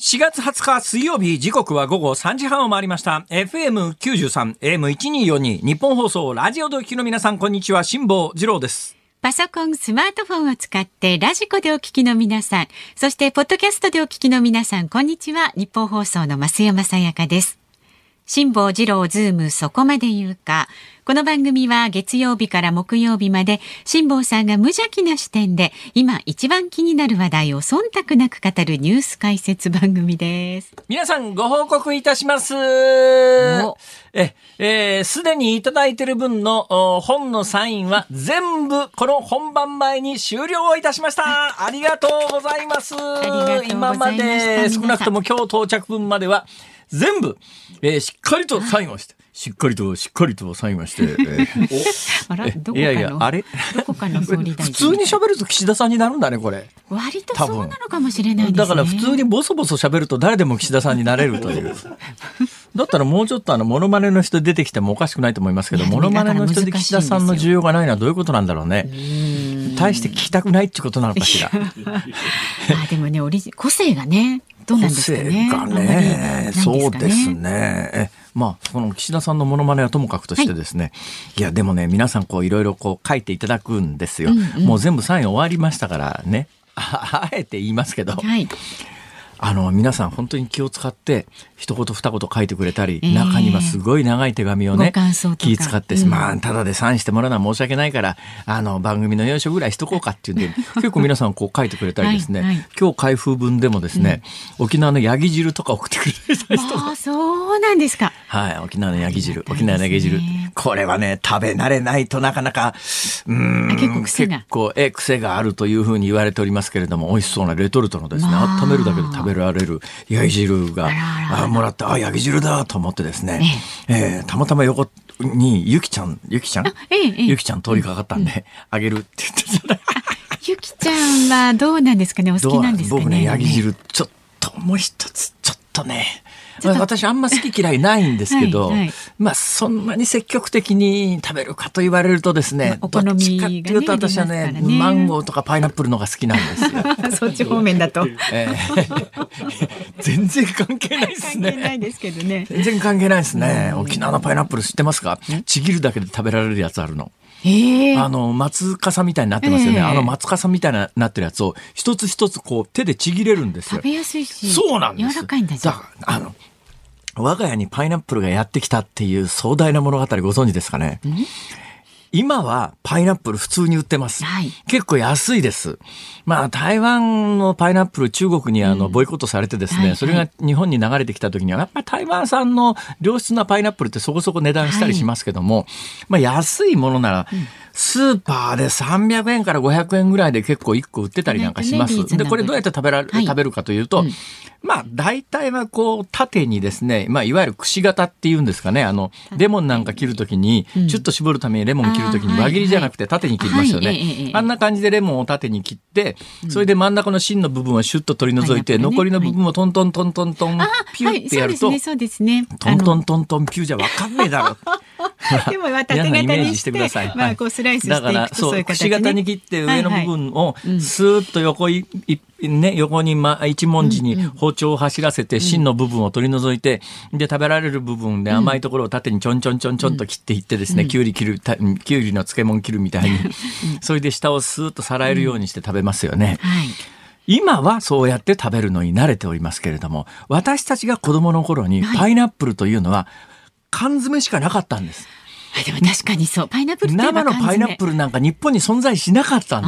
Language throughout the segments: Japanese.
4月20日水曜日、時刻は午後3時半を回りました。FM93、AM1242、日本放送、ラジオでお聞きの皆さん、こんにちは。辛坊治郎です。 パソコン、スマートフォンを使ってラジコでお聞きの皆さん、そしてポッドキャストでお聞きの皆さん、こんにちは。日本放送の増山さやかです。辛坊治郎ズームそこまで言うか。この番組は月曜日から木曜日まで辛坊さんが無邪気な視点で今一番気になる話題を忖度なく語るニュース解説番組です。 皆さんご報告いたします。すでにいただいている分の本のサインは全部この本番前に終了いたしました。ありがとうございます。今まで少なくとも今日到着分までは全部、しっかりとサインをして、しっかりとサインをして、 あら、どこかの、あれどこかの総理大臣。 普通に喋ると岸田さんになるんだね、これ。 割とそうなのかもしれないですね。 だから普通にボソボソ喋ると誰でも岸田さんになれるという。だったらもうちょっとモノマネの人出てきてもおかしくないと思いますけど、モノマネの人で岸田さんの需要がないのはどういうことなんだろうね。大して聞きたくないってことなのかしら。 でもね、個性がね、どうなんですかね。 個性がね、そうですね。まあ、この岸田さんのモノマネはともかくとしてですね、いやでもね、皆さんいろいろ書いていただくんですよ。もう全部サイン終わりましたからね、あえて言いますけど、皆さん本当に気を使って一言二言書いてくれたり、中にはすごい長い手紙をね気遣って、ただでサインしてもらうのは申し訳ないから番組の要所ぐらいしとこうかっていうんで結構皆さん書いてくれたりですね、今日開封分でもですね、沖縄のヤギ汁とか送ってくれたりとか。 そうなんですか。 はい、沖縄のヤギ汁、これはね食べ慣れないとなかなか結構癖があるというふうに言われておりますけれども、美味しそうなレトルトのですね、温めるだけで食べられるヤギ汁がもらって、ヤギ汁だと思ってですね、たまたま横にゆきちゃん通りかかったんで、あげるって言ってた。 ゆきちゃんはどうなんですかね、お好きなんですかね。 僕ね、ヤギ汁ちょっともう一つちょっとね、私あんま好き嫌いないんですけど、そんなに積極的に食べるかと言われるとですね、どっちかっていうと私はね、マンゴーとかパイナップルのが好きなんですよ。 そっち方面だと、 全然関係ないですね。 関係ないですけどね。 全然関係ないですね。沖縄のパイナップル知ってますか？ちぎるだけで食べられるやつあるの。松笠みたいになってますよね。松笠みたいになってるやつを一つ一つ手でちぎれるんですよ。 食べやすいし、 そうなんです。 柔らかいんだじゃん。 我が家にパイナップルがやってきたっていう壮大な物語ご存知ですかね。今はパイナップル普通に売ってます。結構安いです。台湾のパイナップル中国にボイコットされてですね、それが日本に流れてきた時にはやっぱり台湾産の良質なパイナップルってそこそこ値段したりしますけども、安いものならスーパーで300円から500円ぐらいで結構1個売ってたりなんかします。でこれどうやって食べるかというと、大体は縦にですね、いわゆるくし形っていうんですかね、レモンなんか切るときに、ちょっと絞るためにレモン切るときに輪切りじゃなくて縦に切りますよね。あんな感じでレモンを縦に切って、それで真ん中の芯の部分をシュッと取り除いて、残りの部分をトントントントントンピュッてやると、トントントントンピューじゃわかんねえだろ。 でも縦型にして、スライスしていくとそういう形ね。 くし形に切って上の部分をスーッと横に一文字に包丁を走らせて芯の部分を取り除いて、で食べられる部分で甘いところを縦にちょんちょんちょんちょんと切っていってですね、きゅうりの漬物切るみたいにそれで下をスーッとさらえるようにして食べますよね。今はそうやって食べるのに慣れておりますけれども、私たちが子供の頃にパイナップルというのは缶詰しかなかったんです。 でも確かにそう、パイナップルって生のパイナップルなんか日本に存在しなかったんです。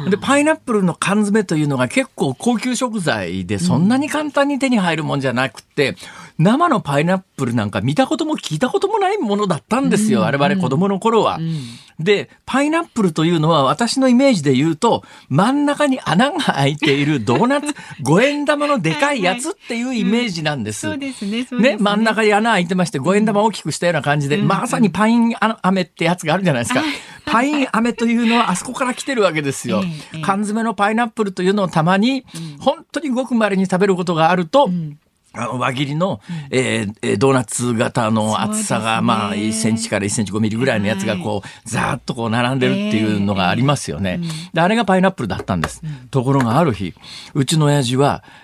でパイナップルの缶詰というのが結構高級食材で、そんなに簡単に手に入るもんじゃなくて、生のパイナップルなんか見たことも聞いたこともないものだったんですよ、我々子供の頃は。でパイナップルというのは私のイメージで言うと、真ん中に穴が開いているドーナツ5円玉のでかいやつっていうイメージなんです。 そうですね。 真ん中に穴開いてまして、5円玉を大きくしたような感じで、まさにパイン飴ってやつがあるじゃないですか。パイン飴というのはあそこから来てるわけですよ。缶詰のパイナップルというのをたまに本当にごく稀に食べることがあると、輪切りの、ドーナツ型の厚さが1センチから1センチ5ミリぐらいのやつがザーッと並んでるっていうのがありますよね。であれがパイナップルだったんです。ところがある日、うちの親父は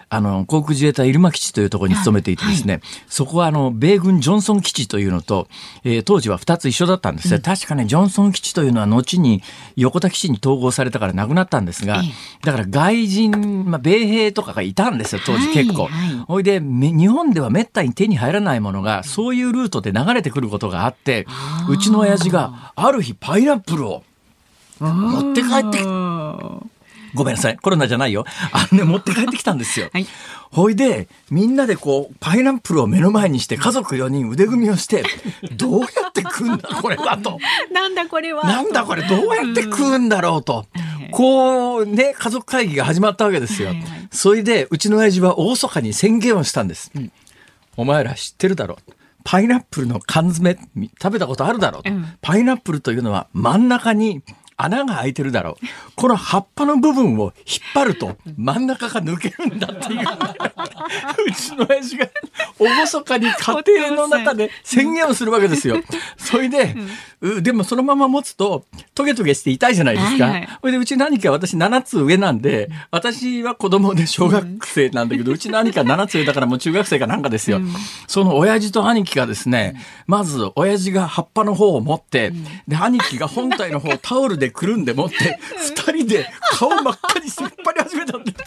航空自衛隊入間基地というところに勤めていてですね、そこは米軍ジョンソン基地というのと、当時は2つ一緒だったんですね。確かね、ジョンソン基地というのは後に横田基地に統合されたからなくなったんですが、だから外人、米兵とかがいたんですよ、当時結構。ほいで、日本ではめったに手に入らないものが、そういうルートで流れてくることがあって、うちの親父がある日パイナップルを持って帰ってごめんなさい、コロナじゃないよ。持って帰ってきたんですよ。ほいで、みんなでパイナップルを目の前にして、家族4人腕組みをして、どうやって食うんだこれはと。 なんだこれは。 なんだこれ、どうやって食うんだろうと。家族会議が始まったわけですよ。それで、うちの親父は厳かに宣言をしたんです。お前ら知ってるだろう。パイナップルの缶詰、食べたことあるだろうと。パイナップルというのは真ん中に、穴が開いてるだろう。この葉っぱの部分を引っ張ると真ん中が抜けるんだっていう。うちの親父が厳かに家庭の中で宣言をするわけですよ。それで、でもそのまま持つとトゲトゲして痛いじゃないですか。それでうちの兄貴は私7つ上なんで、私は子供で小学生なんだけど、うちの兄貴は7つ上だからもう中学生かなんかですよ。その親父と兄貴がですね、まず親父が葉っぱの方を持って、で兄貴が本体の方をタオルでくるんで持って2人で顔真っ赤にして引っ張り始めたんで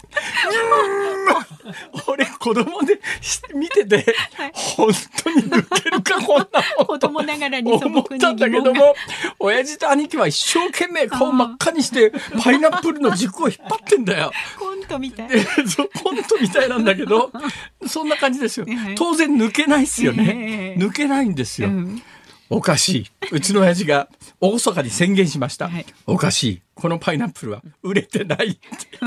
俺子供で見てて、本当に抜けるかこんなもん子供ながらに思ったんだけども、親父と兄貴は一生懸命顔真っ赤にしてパイナップルの軸を引っ張ってんだよ。 コントみたい。 そうコントみたいなんだけど、そんな感じですよ。当然抜けないっすよね。抜けないんですよ。おかしい。うちの親父が厳かに宣言しました。おかしい。このパイナップルは売れてないって。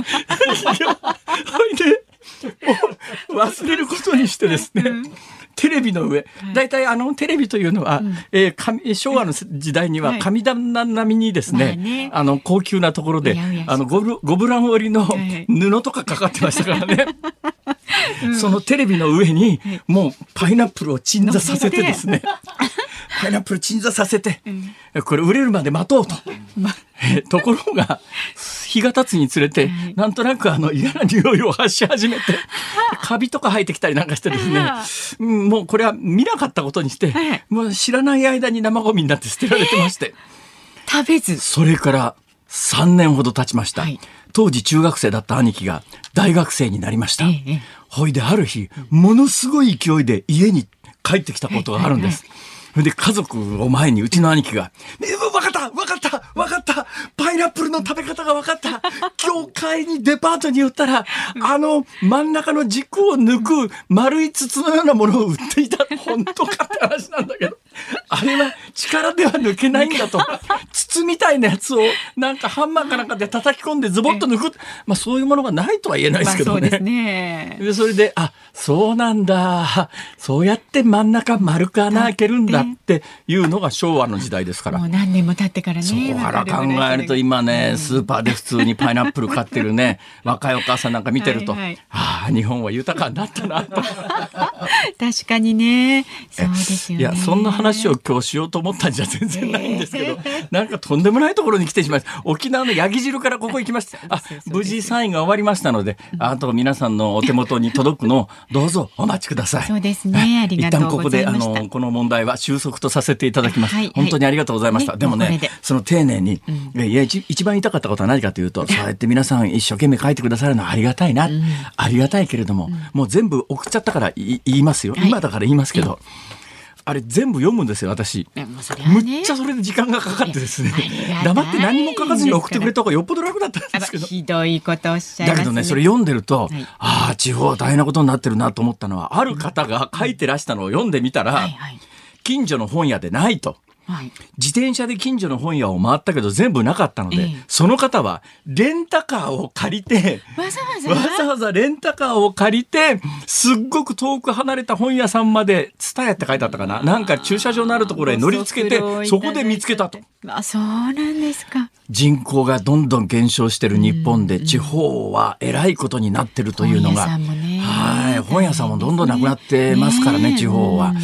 忘れることにしてですね、テレビの上、大体テレビというのは、昭和の時代には神棚並みにですね、高級なところでゴブラン織りの布とかかかってましたからね。そのテレビの上にもうパイナップルを鎮座させてですね、パイナップル鎮座させて、これ売れるまで待とうと。ところが日が経つにつれて、なんとなく嫌な匂いを発し始めて、カビとか生えてきたりなんかしてですね、もうこれは見なかったことにして、もう知らない間に生ゴミになって捨てられてまして、 食べず。 それから3年ほど経ちました。当時中学生だった兄貴が大学生になりました。ほいである日、ものすごい勢いで家に帰ってきたことがあるんです。で家族を前にうちの兄貴がわかったパイナップルの食べ方がわかった、今日帰りにデパートに寄ったら真ん中の軸を抜く丸い筒のようなものを売っていた。本当かって話なんだけど、あれは力では抜けないんだと。筒みたいなやつをなんかハンマーかなんかで叩き込んでズボッと抜く、そういうものがないとは言えないですけどね。 そうですね。 でそれでそうなんだ、そうやって真ん中丸く穴開けるんだっていうのが昭和の時代ですから。 もう何年も経ってからね。 そこから考えると今ね、スーパーで普通にパイナップル買ってるね若いお母さんなんか見てると、日本は豊かになったなと。 確かにね。そうですよね。 いや、そんな話を今日しようと思ったんじゃ全然ないんですけど、なんかとんでもないところに来てしまいました。沖縄のヤギ汁からここ行きました。無事サインが終わりましたので、あと皆さんのお手元に届くのをどうぞお待ちください。 そうですね。ありがとうございました。 一旦ここでこの問題は収束とさせていただきます。本当にありがとうございました。でもね、その丁寧に、一番言いたかったことは何かというと、そうやって皆さん一生懸命書いてくださるのはありがたいな、ありがたいけれども、もう全部送っちゃったから言いますよ。今だから言いますけど、あれ全部読むんですよ私。むっちゃそれで時間がかかってですね、黙って何も書かずに送ってくれた方がよっぽど楽だったんですけど。 ひどいことおっしゃいますね。 だけどね、それ読んでると、地方は大変なことになってるなと思ったのは、ある方が書いてらしたのを読んでみたら、近所の本屋でないと。自転車で近所の本屋を回ったけど全部なかったので、その方はレンタカーを借りて、わざわざレンタカーを借りて、すっごく遠く離れた本屋さんまで、ツタヤって書いてあったかな、なんか駐車場のあるところへ乗りつけて、そこで見つけたと。 そうなんですか。 人口がどんどん減少してる日本で、地方はえらいことになってるというのが、本屋さんもどんどんなくなってますからね、地方は。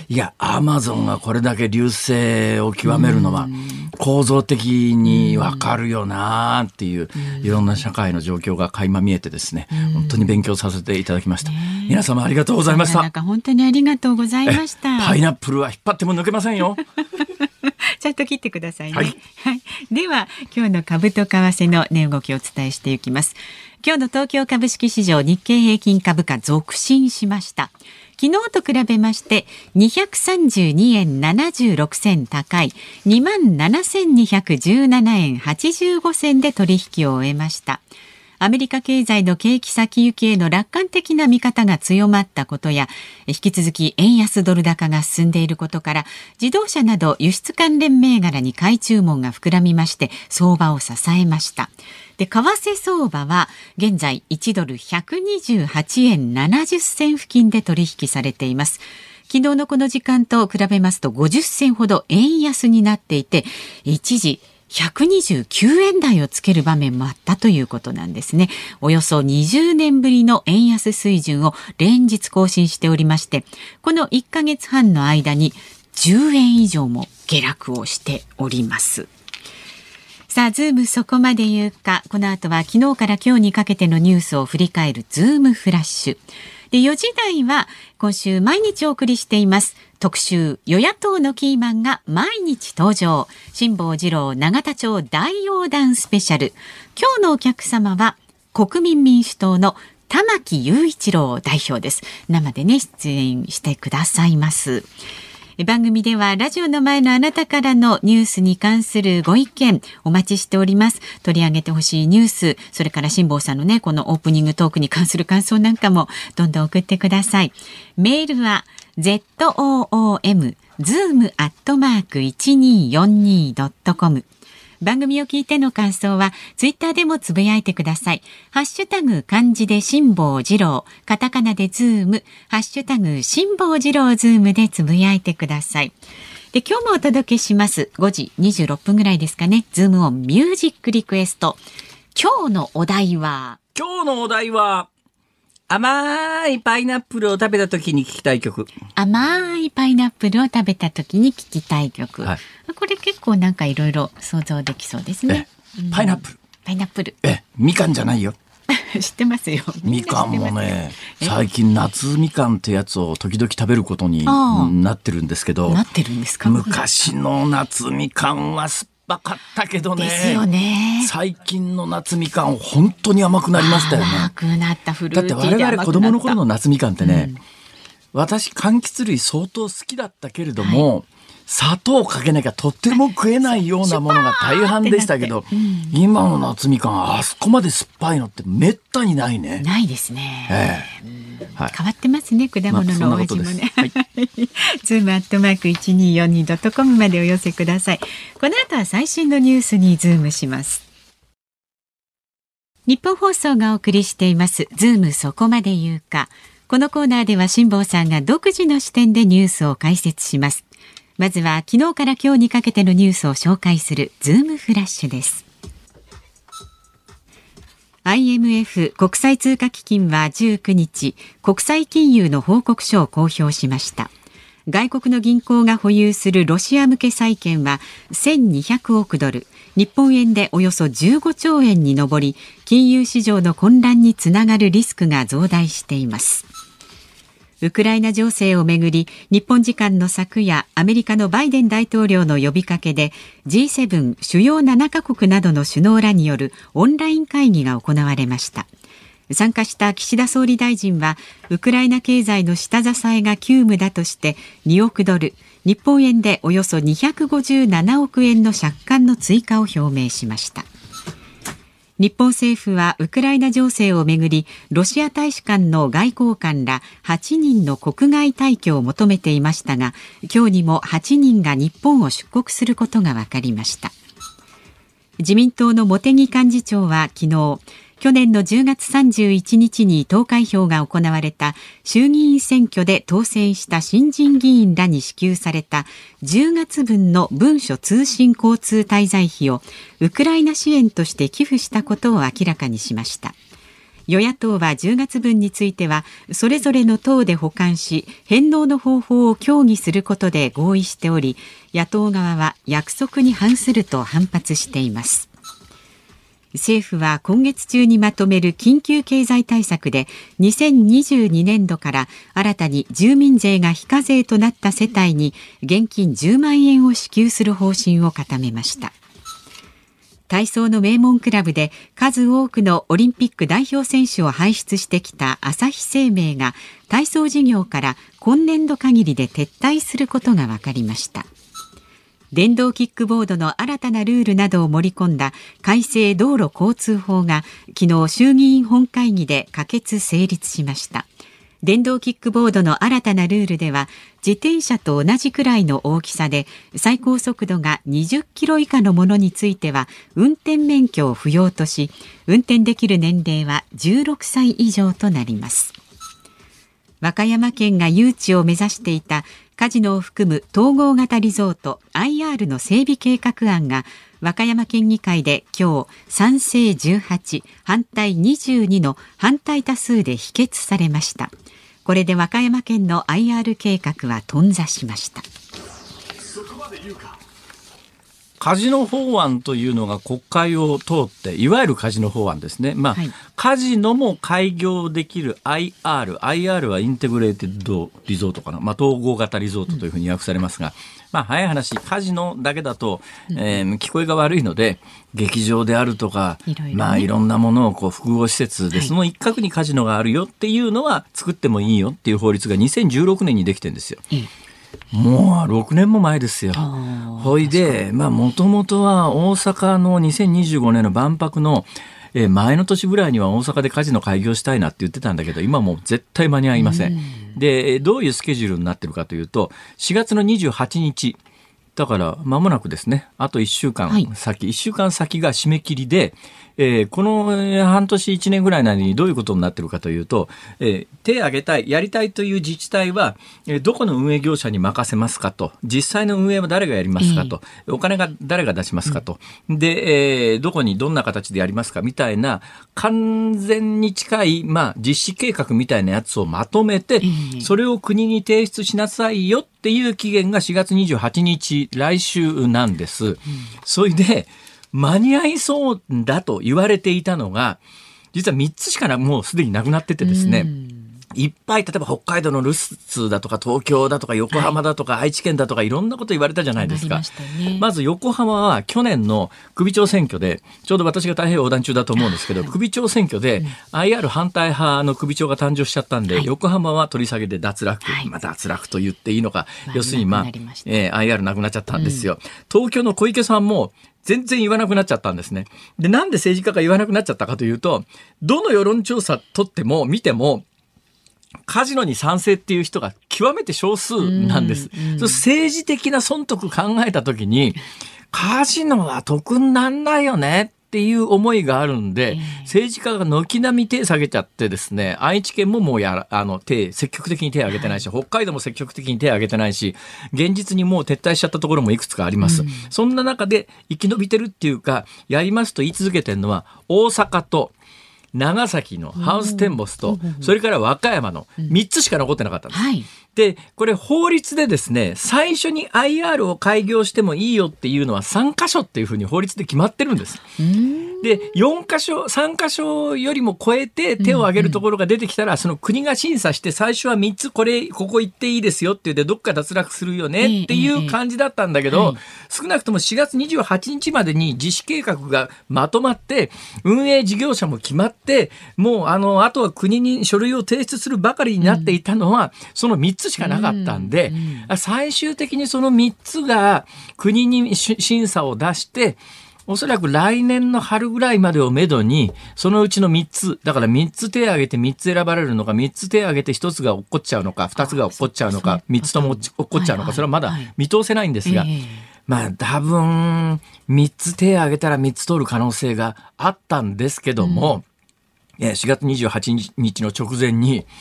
いや、アマゾンがこれだけ隆盛を極めるのは構造的にわかるよなっていう、いろんな社会の状況が垣間見えてですね、本当に勉強させていただきました。皆様ありがとうございました。 なんか本当にありがとうございました。 パイナップルは引っ張っても抜けませんよ。 ちゃんと切ってくださいね。 はいはい、では今日の株と為替の値動きをお伝えしていきます。今日の東京株式市場、日経平均株価続伸しました。昨日と比べまして232円76銭高い 27,217 円85銭で取引を終えました。アメリカ経済の景気先行きへの楽観的な見方が強まったことや、引き続き円安ドル高が進んでいることから、自動車など輸出関連銘柄に買い注文が膨らみまして、相場を支えました。で、為替相場は現在1ドル128円70銭付近で取引されています。昨日のこの時間と比べますと50銭ほど円安になっていて、一時129円台をつける場面もあったということなんですね。およそ20年ぶりの円安水準を連日更新しておりまして、この1ヶ月半の間に10円以上も下落をしております。さあ、ズームそこまで言うか。この後は昨日から今日にかけてのニュースを振り返るズームフラッシュ。で、4時台は今週毎日お送りしています特集、与野党のキーマンが毎日登場、辛坊治郎永田町大横断スペシャル。今日のお客様は国民民主党の玉木雄一郎代表です。生でね、出演してくださいます。番組ではラジオの前のあなたからのニュースに関するご意見お待ちしております。取り上げてほしいニュース、それから辛坊さんのね、このオープニングトークに関する感想なんかもどんどん送ってください。メールは zoom@1242.com。番組を聞いての感想はツイッターでもつぶやいてください。ハッシュタグ漢字で辛坊治郎、カタカナでズーム、ハッシュタグ辛坊治郎ズームでつぶやいてください。で、今日もお届けします5時26分ぐらいですかね、ズームオンミュージックリクエスト。今日のお題は甘いパイナップルを食べた時に聴きたい曲。 甘いパイナップルを食べた時に聴きたい曲、はい、これ結構なんかいろいろ想像できそうですね。 パイナップル。みかんじゃないよ。 知ってますよ。 みかんもね、最近夏みかんってやつを時々食べることになってるんですけど。 なってるんですか？ 昔の夏みかんは酸っぱかったけどね。 ですよね。 最近の夏みかん本当に甘くなりましたよね。 甘くなった、フルーティーで甘くなった。 だって我々子供の頃の夏みかんってね、私柑橘類相当好きだったけれども、砂糖をかけなきゃとっても食えないようなものが大半でしたけど、今の夏みかんあそこまで酸っぱいのってめったにないね。 ないですね。 はい、 変わってますね、果物のお味もね。zoom@1242.com までお寄せください。この後は最新のニュースにズームします。日本放送がお送りしていますズームそこまで言うか。このコーナーでは辛坊さんが独自の視点でニュースを解説します。まずは昨日から今日にかけてのニュースを紹介するズームフラッシュです。IMF 国際通貨基金は19日、国際金融の報告書を公表しました。外国の銀行が保有するロシア向け債券は1200億ドル、日本円でおよそ15兆円に上り、金融市場の混乱につながるリスクが増大しています。ウクライナ情勢をめぐり、日本時間の昨夜、アメリカのバイデン大統領の呼びかけで G7 主要7カ国などの首脳らによるオンライン会議が行われました。参加した岸田総理大臣は、ウクライナ経済の下支えが急務だとして2億ドル、日本円でおよそ257億円の借款の追加を表明しました。日本政府はウクライナ情勢をめぐり、ロシア大使館の外交官ら8人の国外退去を求めていましたが、今日にも8人が日本を出国することが分かりました。自民党の茂木幹事長は昨日、去年の10月31日に投開票が行われた衆議院選挙で当選した新人議員らに支給された10月分の文書通信交通滞在費をウクライナ支援として寄付したことを明らかにしました。 与野党は10月分についてはそれぞれの党で保管し返納の方法を協議することで合意しており、野党側は約束に反すると反発しています。政府は今月中にまとめる緊急経済対策で2022年度から新たに住民税が非課税となった世帯に現金10万円を支給する方針を固めました。体操の名門クラブで数多くのオリンピック代表選手を輩出してきた朝日生命が体操事業から今年度限りで撤退することが分かりました。電動キックボードの新たなルールなどを盛り込んだ改正道路交通法が昨日衆議院本会議で可決成立しました。電動キックボードの新たなルールでは自転車と同じくらいの大きさで最高速度が20キロ以下のものについては運転免許を不要とし、運転できる年齢は16歳以上となります。和歌山県が誘致を目指していたカジノを含む統合型リゾート IR の整備計画案が和歌山県議会で今日賛成18反対22の反対多数で否決されました。これで和歌山県の IR 計画は頓挫しました。 カジノ法案というのが国会を通って、いわゆるカジノ法案ですね。カジノも開業できる IR はインテグレーテッドリゾートかな、統合型リゾートというふうに訳されますが、早い話、カジノだけだと、聞こえが悪いので、劇場であるとか、いろんなものを複合施設で、その一角にカジノがあるよっていうのは作ってもいいよっていう法律が2016年にできてるんですよ。もう6年も前ですよ。ほいで、もともとは大阪の2025年の万博の前の年ぐらいには大阪でカジノ開業したいなって言ってたんだけど、今もう絶対間に合いません。で、どういうスケジュールになってるかというと、4月の28日、だから間もなくですね、あと1週間先、1週間先が締め切りで、この半年1年ぐらいの間にどういうことになっているかというと、手を挙げたい、やりたいという自治体は、どこの運営業者に任せますかと、実際の運営は誰がやりますかと、お金が誰が出しますかと、で、どこにどんな形でやりますかみたいな、完全に近い、実施計画みたいなやつをまとめて、それを国に提出しなさいよっていう期限が4月28日、来週なんです。それで、間に合いそうだと言われていたのが、実は3つしかもうすでになくなっててですね、いっぱい、例えば北海道の留守だとか東京だとか横浜だとか愛知県だとかいろんなこと言われたじゃないですか。まず横浜は去年の首長選挙で、ちょうど私が太平洋横断中だと思うんですけど、首長選挙で IR 反対派の首長が誕生しちゃったんで、横浜は取り下げで脱落、脱落と言っていいのか、要するにIR なくなっちゃったんですよ。東京の小池さんも全然言わなくなっちゃったんですね。で、なんで政治家が言わなくなっちゃったかというと、どの世論調査取っても見ても、カジノに賛成っていう人が極めて少数なんです。政治的な損得考えたときに、カジノは得になんないよねっていう思いがあるんで、政治家が軒並み手下げちゃってですね、愛知県ももう積極的に手を挙げてないし、北海道も積極的に手を挙げてないし、現実にもう撤退しちゃったところもいくつかあります。そんな中で生き延びてるっていうか、やりますと言い続けてるのは、大阪と長崎のハウステンボスと、それから和歌山の3つしか残ってなかったんです。で、これ法律でですね、最初に IR を開業してもいいよっていうのは3カ所っていうふうに法律で決まってるんです。で、4カ所、3カ所よりも超えて手を挙げるところが出てきたら、その国が審査して最初は3つここ行っていいですよって言ってどっか脱落するよねっていう感じだったんだけど、少なくとも4月28日までに実施計画がまとまって、運営事業者も決まって、もうあとは国に書類を提出するばかりになっていたのは、その3つしかなかったんで、最終的にその3つが国に審査を出して、おそらく来年の春ぐらいまでをめどに、そのうちの3つ、だから3つ手を挙げて3つ選ばれるのか、3つ手を挙げて1つが落っこっちゃうのか、2つが落っこっちゃうのか、3つとも落っこっちゃうのか、それはまだ見通せないんですが、多分、3つ手を挙げたら3つ通る可能性があったんですけども、4月28日の直前に、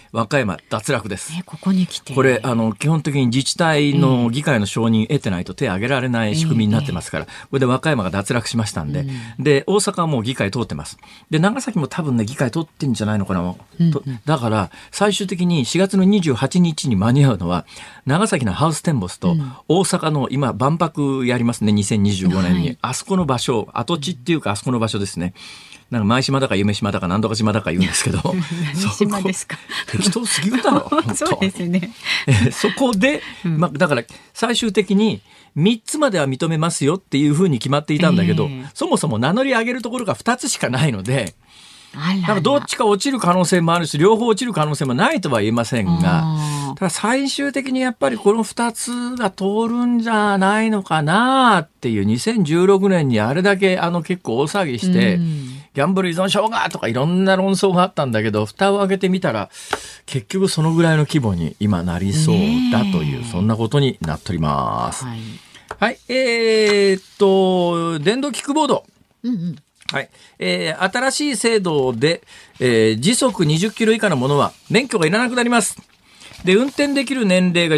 和歌山脱落です。 ここに来てこれ基本的に自治体の議会の承認得てないと手を挙げられない仕組みになってますから、これで和歌山が脱落しましたんで、で大阪はもう議会通ってます。で長崎も多分ね議会通ってんじゃないのかな、だから最終的に4月の28日に間に合うのは長崎のハウステンボスと大阪の今万博やりますね、2025年に、あそこの場所、跡地っていうかあそこの場所ですね。なんか前島だか夢島だか何とか島だか言うんですけど何島ですか適当すぎるだろそうですねそこで、だから最終的に3つまでは認めますよっていうふうに決まっていたんだけど、そもそも名乗り上げるところが2つしかないので、だからどっちか落ちる可能性もあるし両方落ちる可能性もないとは言えませんが、ただ最終的にやっぱりこの2つが通るんじゃないのかなっていう、2016年にあれだけ結構大騒ぎして、ギャンブル依存症がとかいろんな論争があったんだけど、蓋を開けてみたら結局そのぐらいの規模に今なりそうだという、そんなことになっております。はい、電動キックボード、はい、新しい制度で、時速20キロ以下のものは免許がいらなくなります。で運転できる年齢が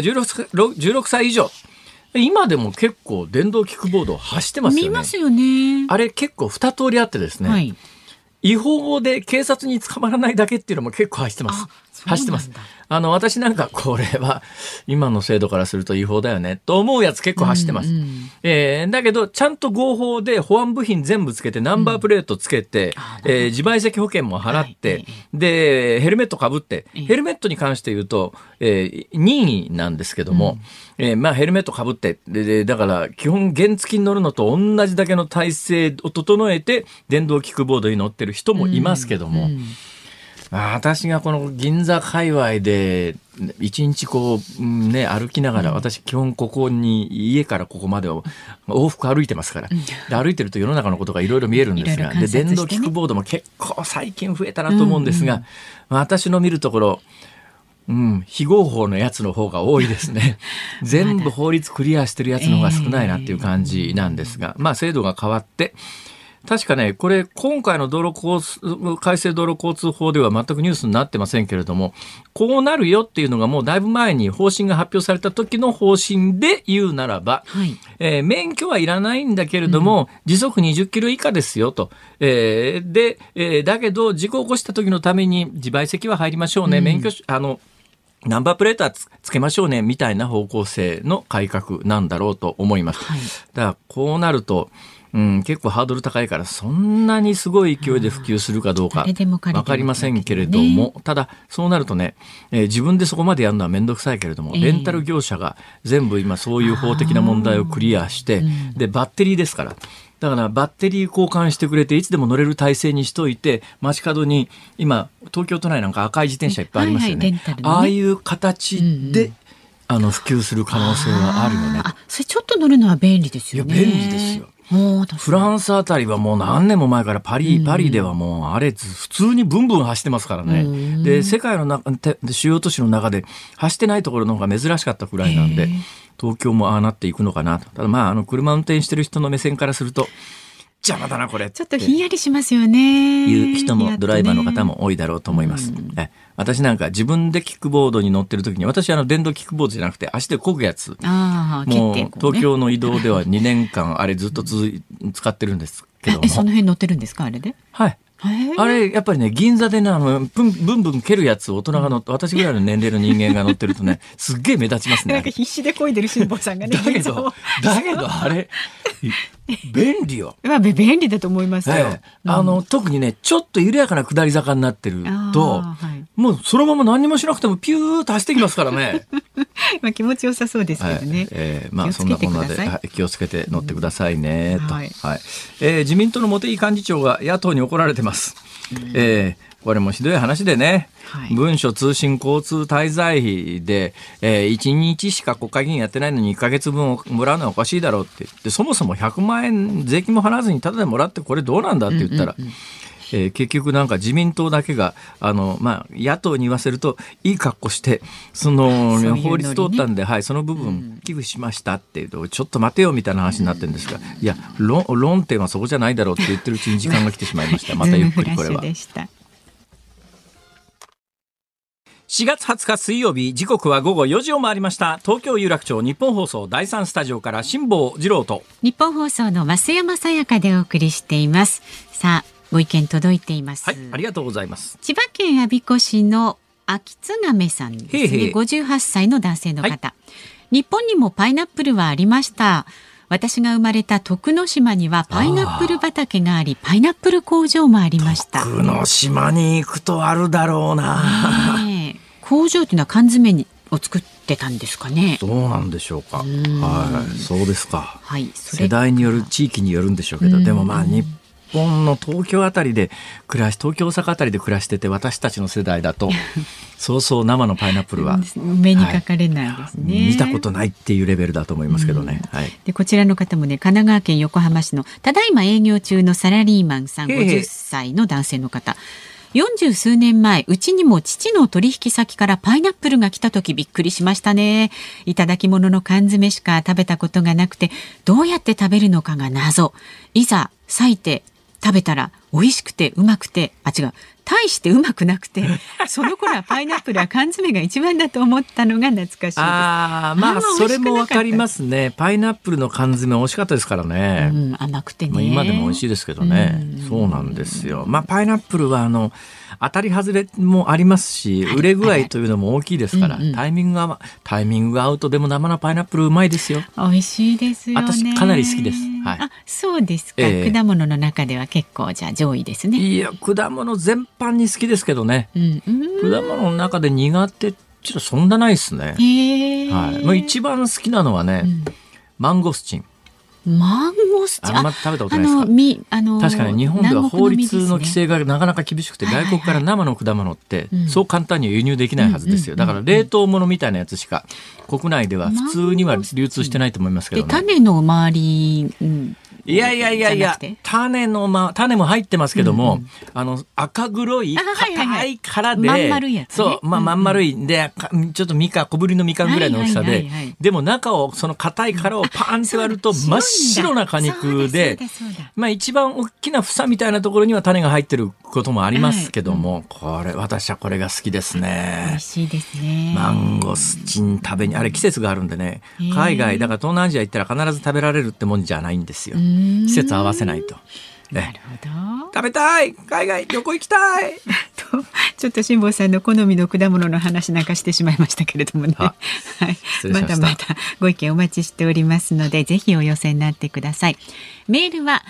16歳以上。今でも結構電動キックボード走ってますよね。 見ますよね。 あれ結構2通りあってですね、はい、違法で警察に捕まらないだけっていうのも結構走ってます。走ってます。私なんかこれは今の制度からすると違法だよねと思うやつ結構走ってます。だけどちゃんと合法で保安部品全部つけてナンバープレートつけて、自賠責保険も払って、でヘルメットかぶって、ヘルメットに関して言うと、任意なんですけども、ヘルメットかぶってだから基本原付に乗るのと同じだけの体制を整えて電動キックボードに乗ってる人もいますけども、私がこの銀座界隈で一日こう、歩きながら、私基本ここに家からここまでを往復歩いてますから、で歩いてると世の中のことがいろいろ見えるんですが、で電動キックボードも結構最近増えたなと思うんですが、私の見るところ非合法のやつの方が多いですね。全部法律クリアしてるやつの方が少ないなっていう感じなんですが、制度が変わって確かね、これ今回の改正道路交通法では全くニュースになってませんけれども、こうなるよっていうのがもうだいぶ前に方針が発表された時の方針で言うならば、免許はいらないんだけれども、時速20キロ以下ですよと、だけど事故を起こした時のために自賠責は入りましょうね、免許ナンバープレートは つけましょうねみたいな方向性の改革なんだろうと思います。だからこうなると結構ハードル高いからそんなにすごい勢いで普及するかどうか分かりませんけれども、ただそうなるとね、自分でそこまでやるのはめんどくさいけれども、レンタル業者が全部今そういう法的な問題をクリアして、でバッテリーですから、だからバッテリー交換してくれていつでも乗れる体制にしといて、街角に今東京都内なんか赤い自転車いっぱいありますよね、ああいう形で、普及する可能性はあるよね。 それちょっと乗るのは便利ですよね。 いや便利ですよ。フランスあたりはもう何年も前からパリではもうあれ普通にブンブン走ってますからね。で世界の主要都市の中で走ってないところの方が珍しかったくらいなんで、東京もああなっていくのかなと。ただ車運転してる人の目線からすると邪魔だなこれ、 ちょっとひんやりしますよね。 いう人もドライバーの方も多いだろうと思います。私なんか自分でキックボードに乗ってる時に、私電動キックボードじゃなくて足で漕ぐやつ、もう東京の移動では2年間あれずっと使ってるんですけども。 その辺乗ってるんですかあれで。 はい。あれやっぱりね、銀座でねブンブン蹴るやつ、大人が乗って、私ぐらいの年齢の人間が乗ってるとねすっげえ目立ちますね。 なんか必死で漕いでる辛坊さんがね。 だけどあれ便利よ。 便利だと思いますよ。 特にねちょっと緩やかな下り坂になってると、もうそのまま何もしなくてもピューッと走ってきますからね。 気持ちよさそうですけどね。 そんなこんなで気をつけて乗ってくださいねと。自民党の茂木幹事長が野党に怒られてます。これもひどい話でね、文書通信交通滞在費で、1日しか国会議員やってないのに1ヶ月分をもらうのはおかしいだろうってで、そもそも100万円税金も払わずにタダでもらってこれどうなんだって言ったら、結局なんか自民党だけが野党に言わせるといい格好して法律通ったんで、その部分寄付しましたっていうと、ちょっと待てよみたいな話になってるんですが、いや論点はそこじゃないだろうって言ってるうちに時間が来てしまいました。またゆっくりこれは 4月20日水曜日、時刻は午後4時を回りました。東京有楽町日本放送第3スタジオから辛坊治郎と日本放送の増山さやかでお送りしています。さあ、ご意見届いています。 はい、ありがとうございます。 千葉県我孫子市の秋津亀さんですね。58歳の男性の方、はい、日本にもパイナップルはありました。私が生まれた徳之島にはパイナップル畑があり、パイナップル工場もありました。 徳之島に行くとあるだろうな、 工場というのは缶詰を作ってたんですかね。 そうなんでしょうか。はい、そうですか。 はい、 世代による、地域によるんでしょうけど、でもまあ日本の東京あたりで東京大阪あたりで暮らしてて、私たちの世代だとそうそう生のパイナップルは目にかかれないですね、 見たことないっていうレベルだと思いますけどね、はい、 でこちらの方もね、神奈川県横浜市のただいま営業中のサラリーマンさん、50歳の男性の方、40数年前、うちにも父の取引先からパイナップルが来た時びっくりしましたね。いただき物の缶詰しか食べたことがなくて、どうやって食べるのかが謎。いざ裂いて食べたら美味しくてうまくて、大してうまくなくて、その頃はパイナップルは缶詰が一番だと思ったのが懐かしいです。 まあそれもわかりますね。パイナップルの缶詰美味しかったですからね、 甘くてね、 今でも美味しいですけどね、そうなんですよ。まあパイナップルは当たり外れもありますし、売れ具合というのも大きいですから、タイミングが合うと、でも生のパイナップルうまいですよ。 美味しいですよね。 私かなり好きです、はい、 そうですか、果物の中では結構じゃあ上位ですね。 いや、果物全般に好きですけどね、果物の中で苦手ちょっとそんなないですね。はい、一番好きなのはね、マンゴスチン。マンゴスチン、あんま食べたことないですか。確かに日本では法律の規制がなかなか厳しくて、外国から生の果物ってそう簡単には輸入できないはずですよ。だから冷凍物みたいなやつしか国内では普通には流通してないと思いますけどね。 で種の周り、 いや種も入ってますけども、赤黒い硬い殻で、 まん丸いやつね。 そう、まん丸いで、ちょっと小ぶりのみかんぐらいの大きさで、でも中をその硬い殻をパンって割ると真っ白な果肉で、一番大きな房みたいなところには種が入ってることもありますけども、私はこれが好きですね。 美味しいですね。 マンゴスチン食べに、あれ季節があるんでね、海外だから東南アジア行ったら必ず食べられるってもんじゃないんですよ。季節合わせないと。 なるほど。 食べたい、海外旅行行きたいちょっと辛坊さんの好みの果物の話なんかしてしまいましたけれどもね、はい、まだまだご意見お待ちしておりますので、ぜひお寄せになってください。メールは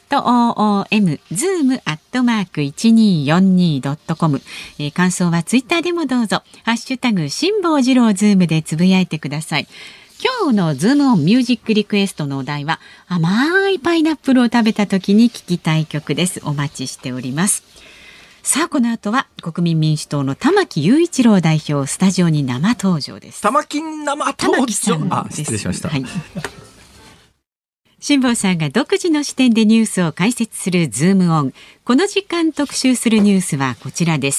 zoom@1242.com、感想はツイッターでもどうぞ。ハッシュタグ辛坊治郎ズームでつぶやいてください。今日のズームオンミュージックリクエストのお題は、甘いパイナップルを食べた時に聴きたい曲です。お待ちしております。さあ、この後は国民民主党の玉木雄一郎代表、スタジオに生登場です。 玉木生登場。失礼しました。はい、 辛坊さんが独自の視点でニュースを解説するズームオン。この時間特集するニュースはこちらです。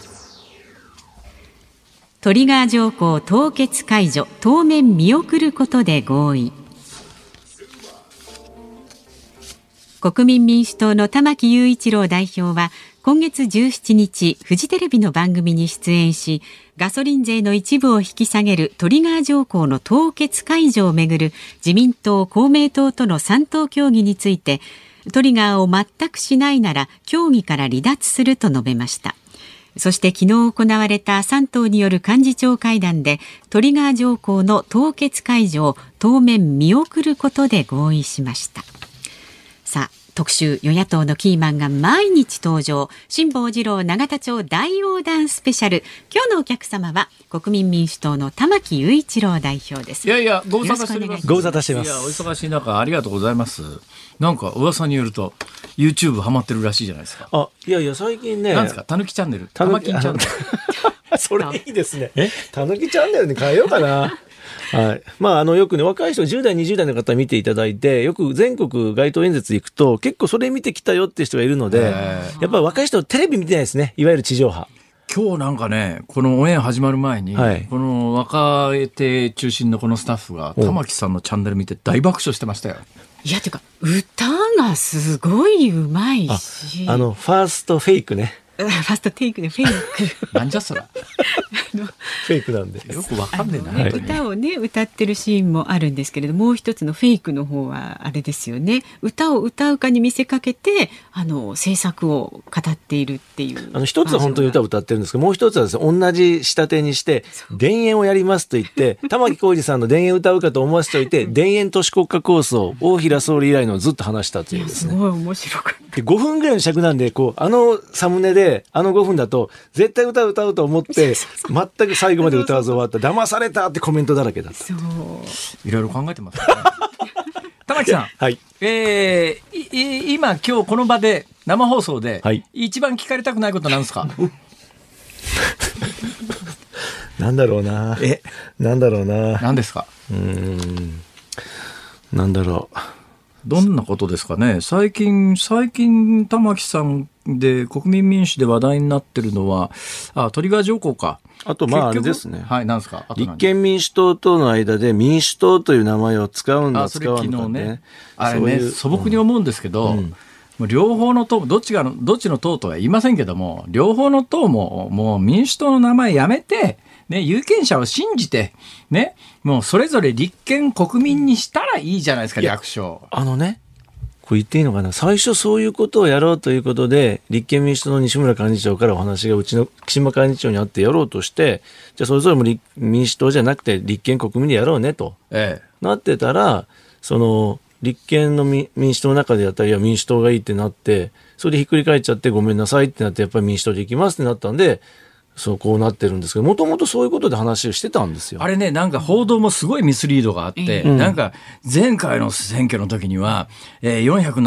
トリガー条項凍結解除、当面見送ることで合意。国民民主党の玉木雄一郎代表は今月17日、フジテレビの番組に出演し、ガソリン税の一部を引き下げるトリガー条項の凍結解除をめぐる自民党公明党との3党協議について、トリガーを全くしないなら協議から離脱すると述べました。そして昨日行われた3党による幹事長会談で、トリガー条項の凍結解除を当面見送ることで合意しました。さあ、特集、与野党のキーマンが毎日登場。辛坊治郎永田町大横断スペシャル。今日のお客様は国民民主党の玉木雄一郎代表です。 いやご無沙汰しております。 ご無沙汰しています。 いや、お忙しい中ありがとうございます。なんか噂によると YouTube ハマってるらしいじゃないですか。 いや最近ね。 なんですか、たぬきチャンネル、玉木チャンネルそれいいですね。たぬきチャンネルに変えようかな。はい。よくね、若い人、10代、20代の方見ていただいて、よく全国街頭演説行くと、結構それ見てきたよって人がいるので、やっぱり若い人、テレビ見てないですね。いわゆる地上波。 今日なんかね、このオンエア始まる前に、この若手中心のこのスタッフが、玉木さんのチャンネル見て大爆笑してましたよ。 いや、てか、歌がすごいうまいし。 ファーストフェイクね。 ファーストテイクでフェイク。 なんじゃそら。 フェイクなんでよくわかんねえな、 歌をね歌ってるシーンもあるんですけれど、もう一つのフェイクの方はあれですよね、歌を歌うかに見せかけて制作を語っているっていう。 一つは本当に歌を歌ってるんですけど、もう一つはですね、同じ仕立てにして田園をやりますと言って玉置浩二さんの田園歌うかと思わせておいて田園都市国家構想大平総理以来のずっと話したというですね。 すごい面白かった。 で5分ぐらいの尺なんでサムネで5分だと絶対歌うと思って全く最後まで歌わず終わった騙されたってコメントだらけだった。 そういろいろ考えてますね玉木さん、 はい、 今日この場で生放送で、 はい、 一番聞かれたくないことなんですかなんだろうな。なんだろうな。 何ですか。 なんだろう。 どんなことですかね。最近玉木さんで国民民主で話題になってるのはトリガー条項か。 あとあれですね。 はい、なんですか。 立憲民主党との間で民主党という名前を使うんだ使わんのかね。あれね、 素朴に思うんですけど、もう両方の党どっちの党とは言いませんけども、両方の党ももう民主党の名前やめて。ね、有権者を信じて、ね、もうそれぞれ立憲国民にしたらいいじゃないですか、略称。 これ言っていいのかな。最初そういうことをやろうということで、立憲民主党の西村幹事長からお話がうちの岸間幹事長にあってやろうとして、じゃあそれぞれも民主党じゃなくて立憲国民でやろうねと、なってたら、立憲の民主党の中でやったら、いや民主党がいいってなって、それでひっくり返っちゃってごめんなさいってなって、やっぱり民主党で行きますってなったんで、こうなってるんですけど、もともとそういうことで話をしてたんですよ。 あれね、なんか報道もすごいミスリードがあって、なんか前回の選挙の時には、400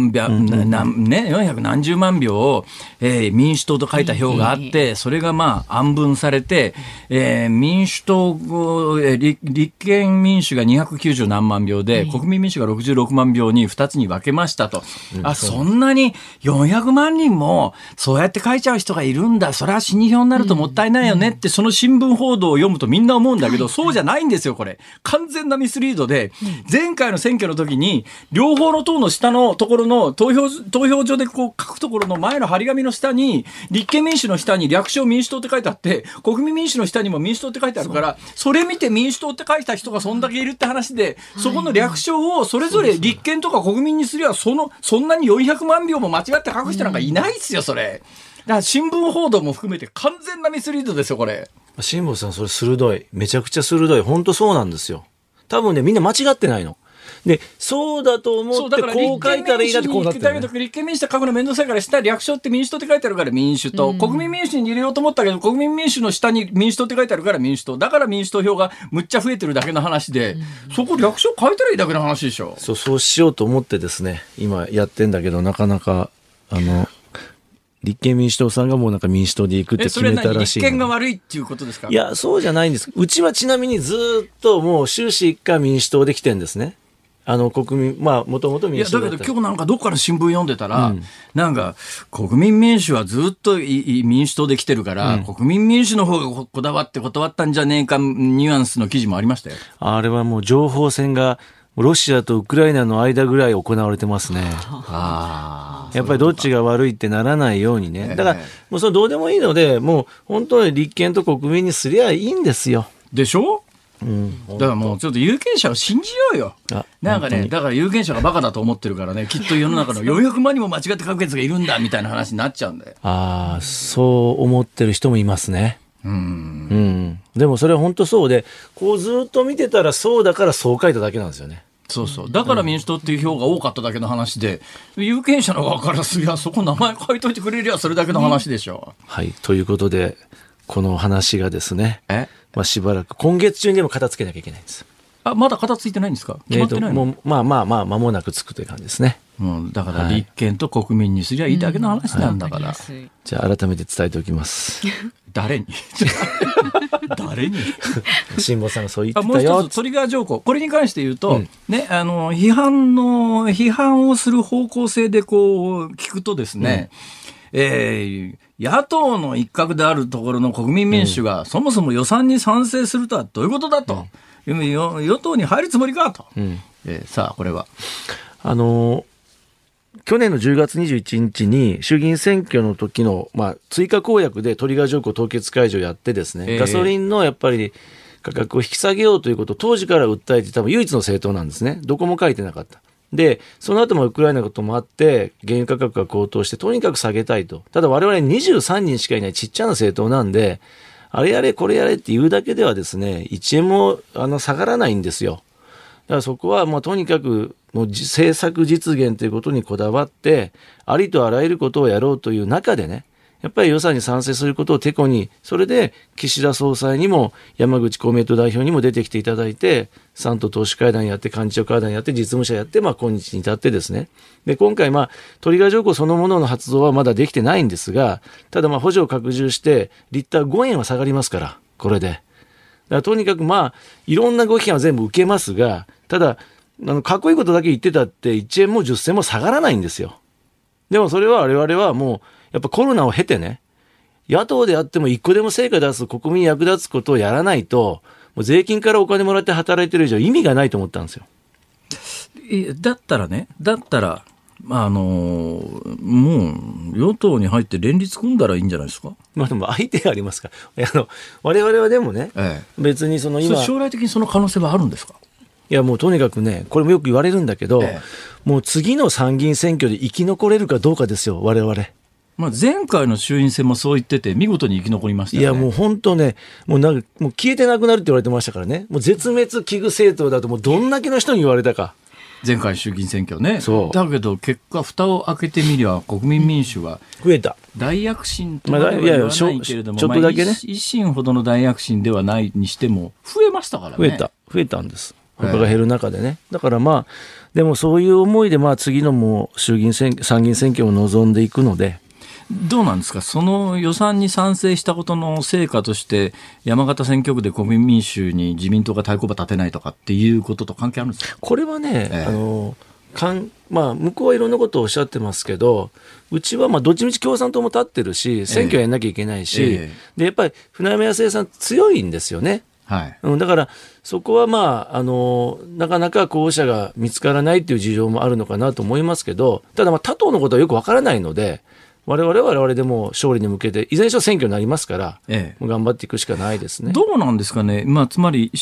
何十万票を、民主党と書いた票があって、それが暗分されて、民主党、立憲民主が290何万票で、国民民主が66万票に2つに分けましたと。そんなに400万人もそうやって書いちゃう人がいるんだ。それは死に票になるともったいないよねって、その新聞報道を読むとみんな思うんだけど、そうじゃないんですよ。これ完全なミスリードで、前回の選挙の時に両方の党の下のところの投票所でこう書くところの前の張り紙の下に立憲民主の下に略称民主党って書いてあって、国民民主の下にも民主党って書いてあるから、それ見て民主党って書いた人がそんだけいるって話で、そこの略称をそれぞれ立憲とか国民にすりゃそんなに400万票も間違って書く人なんかいないですよ。それだから新聞報道も含めて完全なミスリードですよ、これ。 辛坊さん、それ鋭い。めちゃくちゃ鋭い。本当そうなんですよ。多分ね、みんな間違ってないの。で、そうだと思ってこう書いたらいいなってこうなってる、ね。 立憲民主と書くのめんどくさいから下略称って民主党って書いてあるから民主党、国民民主に入れようと思ったけど国民民主の下に民主党って書いてあるから民主党だから民主党票がむっちゃ増えてるだけの話で、そこ略称書いたらいいだけの話でしょ。 そうしようと思ってですね、今やってんだけどなかなか立憲民主党さんがもうなんか民主党で行くって決めたらしい。 立憲が悪いっていうことですか。 いや、そうじゃないんです。うちはちなみにずっともう終始一回民主党で来てんですね。国民、もともと民主党だった。 いや、だけど今日なんかどっかの新聞読んでたら、なんか国民民主はずっと民主党で来てるから、国民民主の方がこだわって断ったんじゃねえかニュアンスの記事もありましたよ。 あれはもう情報戦がロシアとウクライナの間ぐらい行われてますね。やっぱりどっちが悪いってならないようにね。だからもうそれどうでもいいので、もう本当に立憲と国民にすりゃいいんですよ。 でしょ。だからもうちょっと有権者を信じようよ。なんかね、だから有権者がバカだと思ってるからね、きっと世の中の400万人も間違って書くやつがいるんだみたいな話になっちゃうんだよ。 そう思ってる人もいますね。でもそれは本当そうで、こうずっと見てたらそうだからそう書いただけなんですよね。 そうだから民主党っていう票が多かっただけの話で、有権者の側からすりゃそこ名前書いといてくれりゃそれだけの話でしょ。 はいということでこの話がですね、しばらく今月中にでも片付けなきゃいけないんです。 まだ片付いてないんですか。決まってないの。 もう間もなくつくという感じですね。 だから立憲と国民にすりゃいいだけの話なんだから、 じゃあ改めて伝えておきます誰に辛坊さんがそう言ってたよ。 もう一つトリガー条項、これに関して言うと、批判をする方向性でこう聞くとですね、野党の一角であるところの国民民主が、そもそも予算に賛成するとはどういうことだと、与党に入るつもりかと、さあこれは去年の10月21日に衆議院選挙の時の、追加公約でトリガー条項凍結解除をやってですね、ガソリンのやっぱり価格を引き下げようということを当時から訴えて多分唯一の政党なんですね。どこも書いてなかった。で、その後もウクライナのこともあって、原油価格が高騰して、とにかく下げたいと。ただ我々23人しかいないちっちゃな政党なんで、あれやれこれやれって言うだけではですね、1円も下がらないんですよ。だからそこはとにかくもう政策実現ということにこだわって、ありとあらゆることをやろうという中でね、やっぱり予算に賛成することをてこに、それで岸田総裁にも山口公明党代表にも出てきていただいて、3党党首会談やって幹事長会談やって実務者やって、今日に至ってですね。で、今回トリガー条項そのものの発動はまだできてないんですが、ただ補助を拡充してリッター5円は下がりますから、これで。だからとにかくいろんなご批判は全部受けますが、ただかっこいいことだけ言ってたって1円も10銭も下がらないんですよ。でもそれは我々はもうやっぱコロナを経てね、野党であっても一個でも成果出す、国民に役立つことをやらないと、もう税金からお金もらって働いてる以上意味がないと思ったんですよ。 だったらもう与党に入って連立組んだらいいんじゃないですか。 でも相手がありますから。我々はでもね、別に今将来的にその可能性はあるんですか。 いやもうとにかくね、これもよく言われるんだけど、もう次の参議院選挙で生き残れるかどうかですよ、我々。 前回の衆院選もそう言ってて見事に生き残りましたよね。 いやもう本当ね、もう消えてなくなるって言われてましたからね。もう絶滅危惧政党だともうどんだけの人に言われたか。 前回衆議院選挙ね。だけど結果蓋を開けてみりゃ国民民主は増えた。 大躍進とは言わないけれども、 ちょっとだけね、 維新ほどの大躍進ではないにしても増えましたからね。 増えたんです。他が減る中でね。だからでもそういう思いで次のも参議院選挙を望んでいくので。 どうなんですか。その予算に賛成したことの成果として山形選挙区で国民民主に自民党が対抗馬立てないとかっていうことと関係あるんですか。これはね、向こうはいろんなことをおっしゃってますけど、うちはどっちみち共産党も立ってるし、選挙やんなきゃいけないし、でやっぱり船山康江さん強いんですよね。だからそこはなかなか候補者が見つからないっていう事情もあるのかなと思いますけど、ただ他党のことはよくわからないので、我々でも勝利に向けていずれにしろ選挙になりますから、もう頑張っていくしかないですね。 どうなんですかね。つまり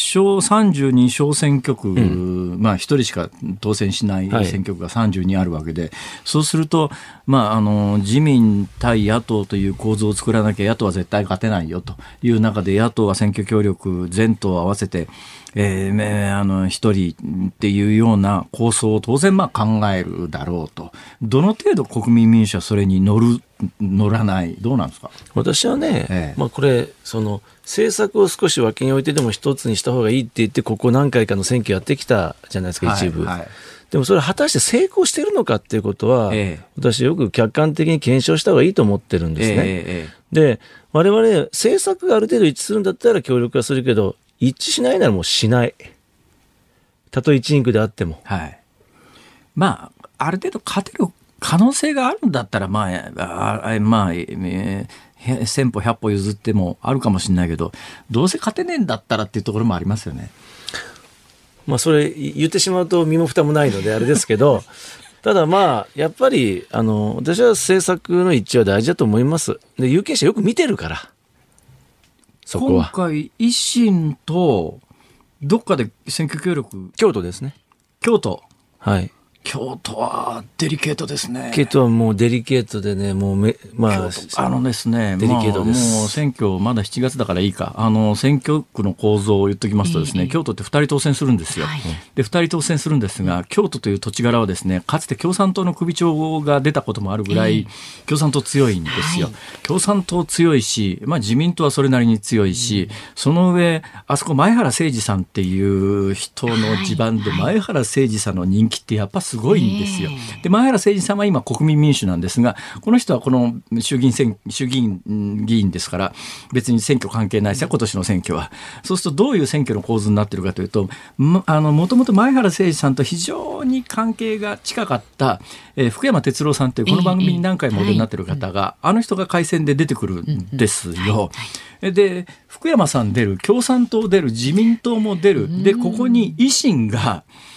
32小選挙区、1人しか当選しない選挙区が32あるわけで、そうすると、自民対野党という構図を作らなきゃ野党は絶対勝てないよという中で、野党は選挙協力全党合わせて一人っていうような構想を当然考えるだろうと。どの程度国民民主はそれに乗らない、どうなんですか。 私はね、これ政策を少し脇に置いてでも一つにした方がいいって言ってここ何回かの選挙やってきたじゃないですか、一部。でもそれ果たして成功しているのかっていうことは、私よく客観的に検証した方がいいと思ってるんですね。で我々政策がある程度一致するんだったら協力はするけど、一致しないならもうしない。たとえ1人区であっても。ある程度勝てる可能性があるんだったら、1000歩100歩譲ってもあるかもしれないけど、どうせ勝てねえんだったらっていうところもありますよね。 それ言ってしまうと身も蓋もないのであれですけど、ただやっぱり私は政策の一致は大事だと思います。で有権者よく見てるから。そこは今回維新とどっかで選挙協力。 京都ですね。 京都。 京都はデリケートですね。 京都はもうデリケートでね、もうですね、 デリケートです。 もう選挙まだ7月だからいいか。選挙区の構造を言っておきますとですね、京都って2人当選するんですよ。で2人当選するんですが、京都という土地柄はですね、かつて共産党の首長が出たこともあるぐらい共産党強いんですよ。共産党強いし、自民党はそれなりに強いし、その上あそこ前原誠司さんっていう人の地盤で、前原誠司さんの人気ってやっぱすごいんですよ。で前原誠司さんは今国民民主なんですが、この人はこの衆議院議員ですから別に選挙関係ないですよ、今年の選挙は。そうするとどういう選挙の構図になっているかというと、もともと前原誠司さんと非常に関係が近かった、福山哲郎さんというこの番組に何回もお出になっている方が、あの人が改選で出てくるんですよ。で福山さん出る、共産党出る、自民党も出る。でここに維新が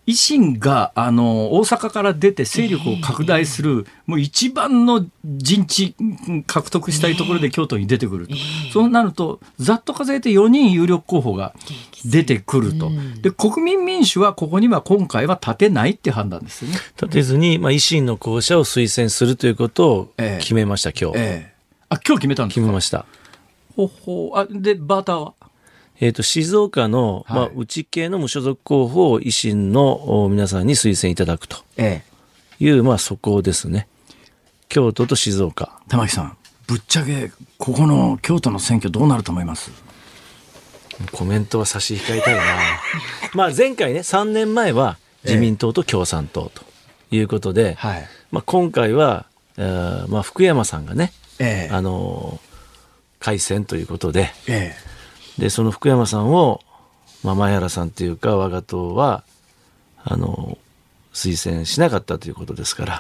維新が大阪から出て勢力を拡大する、もう一番の陣地獲得したいところで京都に出てくると、そうなるとざっと数えて4人有力候補が出てくると。で国民民主はここには今回は立てないって判断ですよね。 立てずに、維新の候補者を推薦するということを決めました、今日。 今日決めたんですか。 決めました。 でバーターは静岡の、内系の無所属候補を維新の皆さんに推薦いただくという、そこですね。京都と静岡。 玉木さん、ぶっちゃけここの京都の選挙どうなると思います？ コメントは差し控えたいな。前回ね、3年前は自民党と共産党ということで、今回は、福山さんがね、改選ということで、でその福山さんを、前原さんというか我が党は推薦しなかったということですから、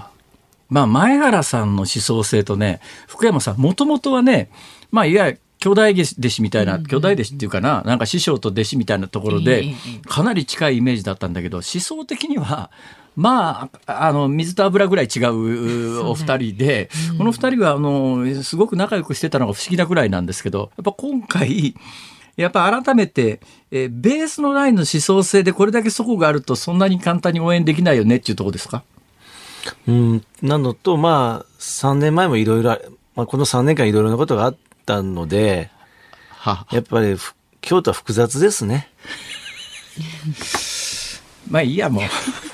前原さんの思想性とね、福山さんもともとはね、いわゆる兄弟弟子みたいな、兄弟弟子っていうかな、なんか師匠と弟子みたいなところでかなり近いイメージだったんだけど、思想的には水と油ぐらい違うお二人で、この二人はすごく仲良くしてたのが不思議なぐらいなんですけど、やっぱ今回改めて、ベースのラインの思想性でこれだけそこがあるとそんなに簡単に応援できないよねっていうところですか？ なのと、3年前もいろいろ、この3年間いろいろなことがあったので、やっぱり京都は複雑ですね。 いいやもう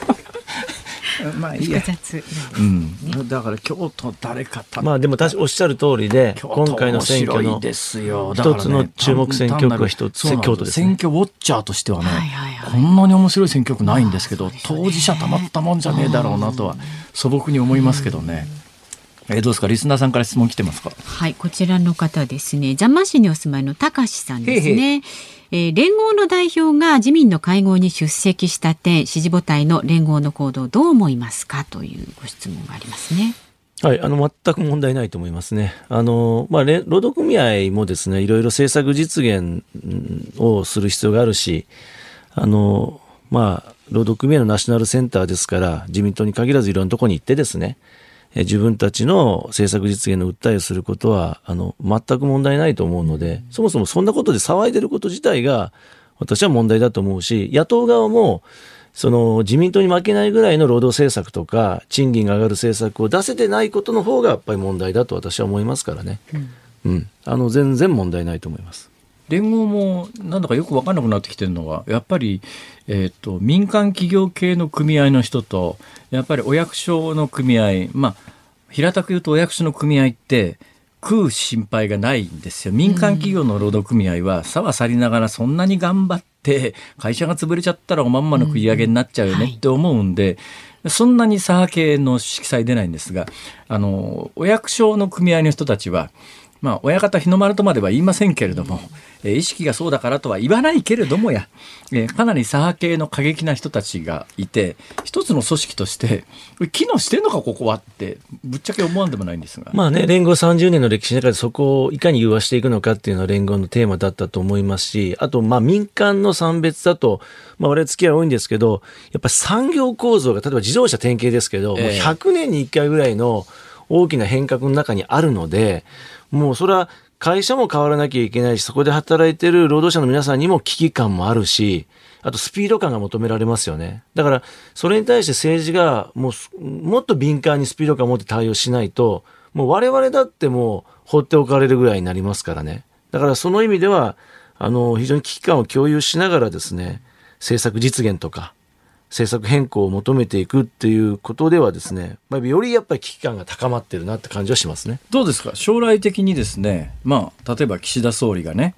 複雑、 だから京都誰かでもおっしゃる通りで、今回の選挙の一つの注目選挙区は京都ですね。 選挙ウォッチャーとしてはね、こんなに面白い選挙区ないんですけど、当事者たまったもんじゃねえだろうなとは素朴に思いますけどね。どうですか、リスナーさんから質問来てますか？ こちらの方ですね、座間市にお住まいの高志さんですね。連合の代表が自民の会合に出席した点、支持母体の連合の行動をどう思いますかというご質問がありますね。 全く問題ないと思いますね。労働組合もですね、いろいろ政策実現をする必要があるし、労働組合のナショナルセンターですから、自民党に限らずいろんなところに行ってですね、自分たちの政策実現の訴えをすることは全く問題ないと思うので、そもそもそんなことで騒いでること自体が私は問題だと思うし、野党側も自民党に負けないぐらいの労働政策とか賃金が上がる政策を出せてないことの方がやっぱり問題だと私は思いますからね。全然問題ないと思います。 連合もなんだかよく分からなくなってきてるのが、やっぱり、民間企業系の組合の人とやっぱりお役所の組合、平たく言うとお役所の組合って食う心配がないんですよ。民間企業の労働組合はさはさりながらそんなに頑張って会社が潰れちゃったらおまんまの食い上げになっちゃうよねって思うんで、そんなに左派系の色彩出ないんですが、お役所の組合の人たちは親方日の丸とまでは言いませんけれども、意識がそうだからとは言わないけれどもかなり左派系の過激な人たちがいて、一つの組織として機能してんのかここはってぶっちゃけ思わんでもないんですが、 連合30年の歴史の中でそこをいかに融和していくのかっていうのは連合のテーマだったと思いますし、あと民間の産別だと、我々付き合い多いんですけど、やっぱり産業構造が例えば自動車典型ですけど、もう100年に1回ぐらいの大きな変革の中にあるので、もうそれは会社も変わらなきゃいけないし、そこで働いている労働者の皆さんにも危機感もあるし、あとスピード感が求められますよね。だからそれに対して政治がもっと敏感にスピード感を持って対応しないと、もう我々だってもう放っておかれるぐらいになりますからね。だからその意味では非常に危機感を共有しながらですね、政策実現とか政策変更を求めていくっていうことではですね、よりやっぱり危機感が高まってるなって感じはしますね。 どうですか、将来的にですね、例えば岸田総理がね、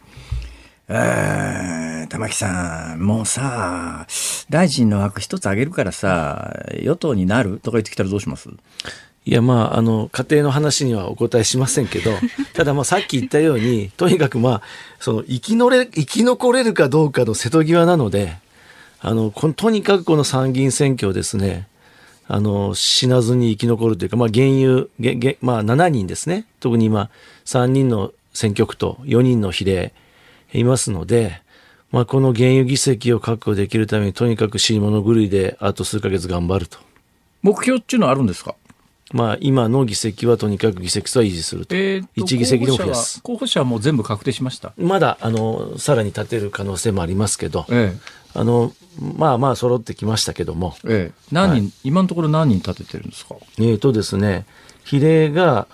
玉木さんもうさ大臣の枠一つあげるからさ与党になるとか言ってきたらどうします？ いや家庭の話にはお答えしませんけどたださっき言ったようにとにかく生き残れるかどうかの瀬戸際なので、とにかくこの参議院選挙をですね、死なずに生き残るというか、7人ですね。特に今、3人の選挙区と4人の比例いますので、 この現有議席を確保できるためにとにかく死に物狂いであと数ヶ月頑張ると。 目標っていうのはあるんですか？ 今の議席はとにかく議席数は維持すると。1議席でも増やす。 候補者はもう全部確定しました？ まださらに立てる可能性もありますけど、揃ってきましたけども、 何人、今のところ何人立ててるんですか？ ですね、比例が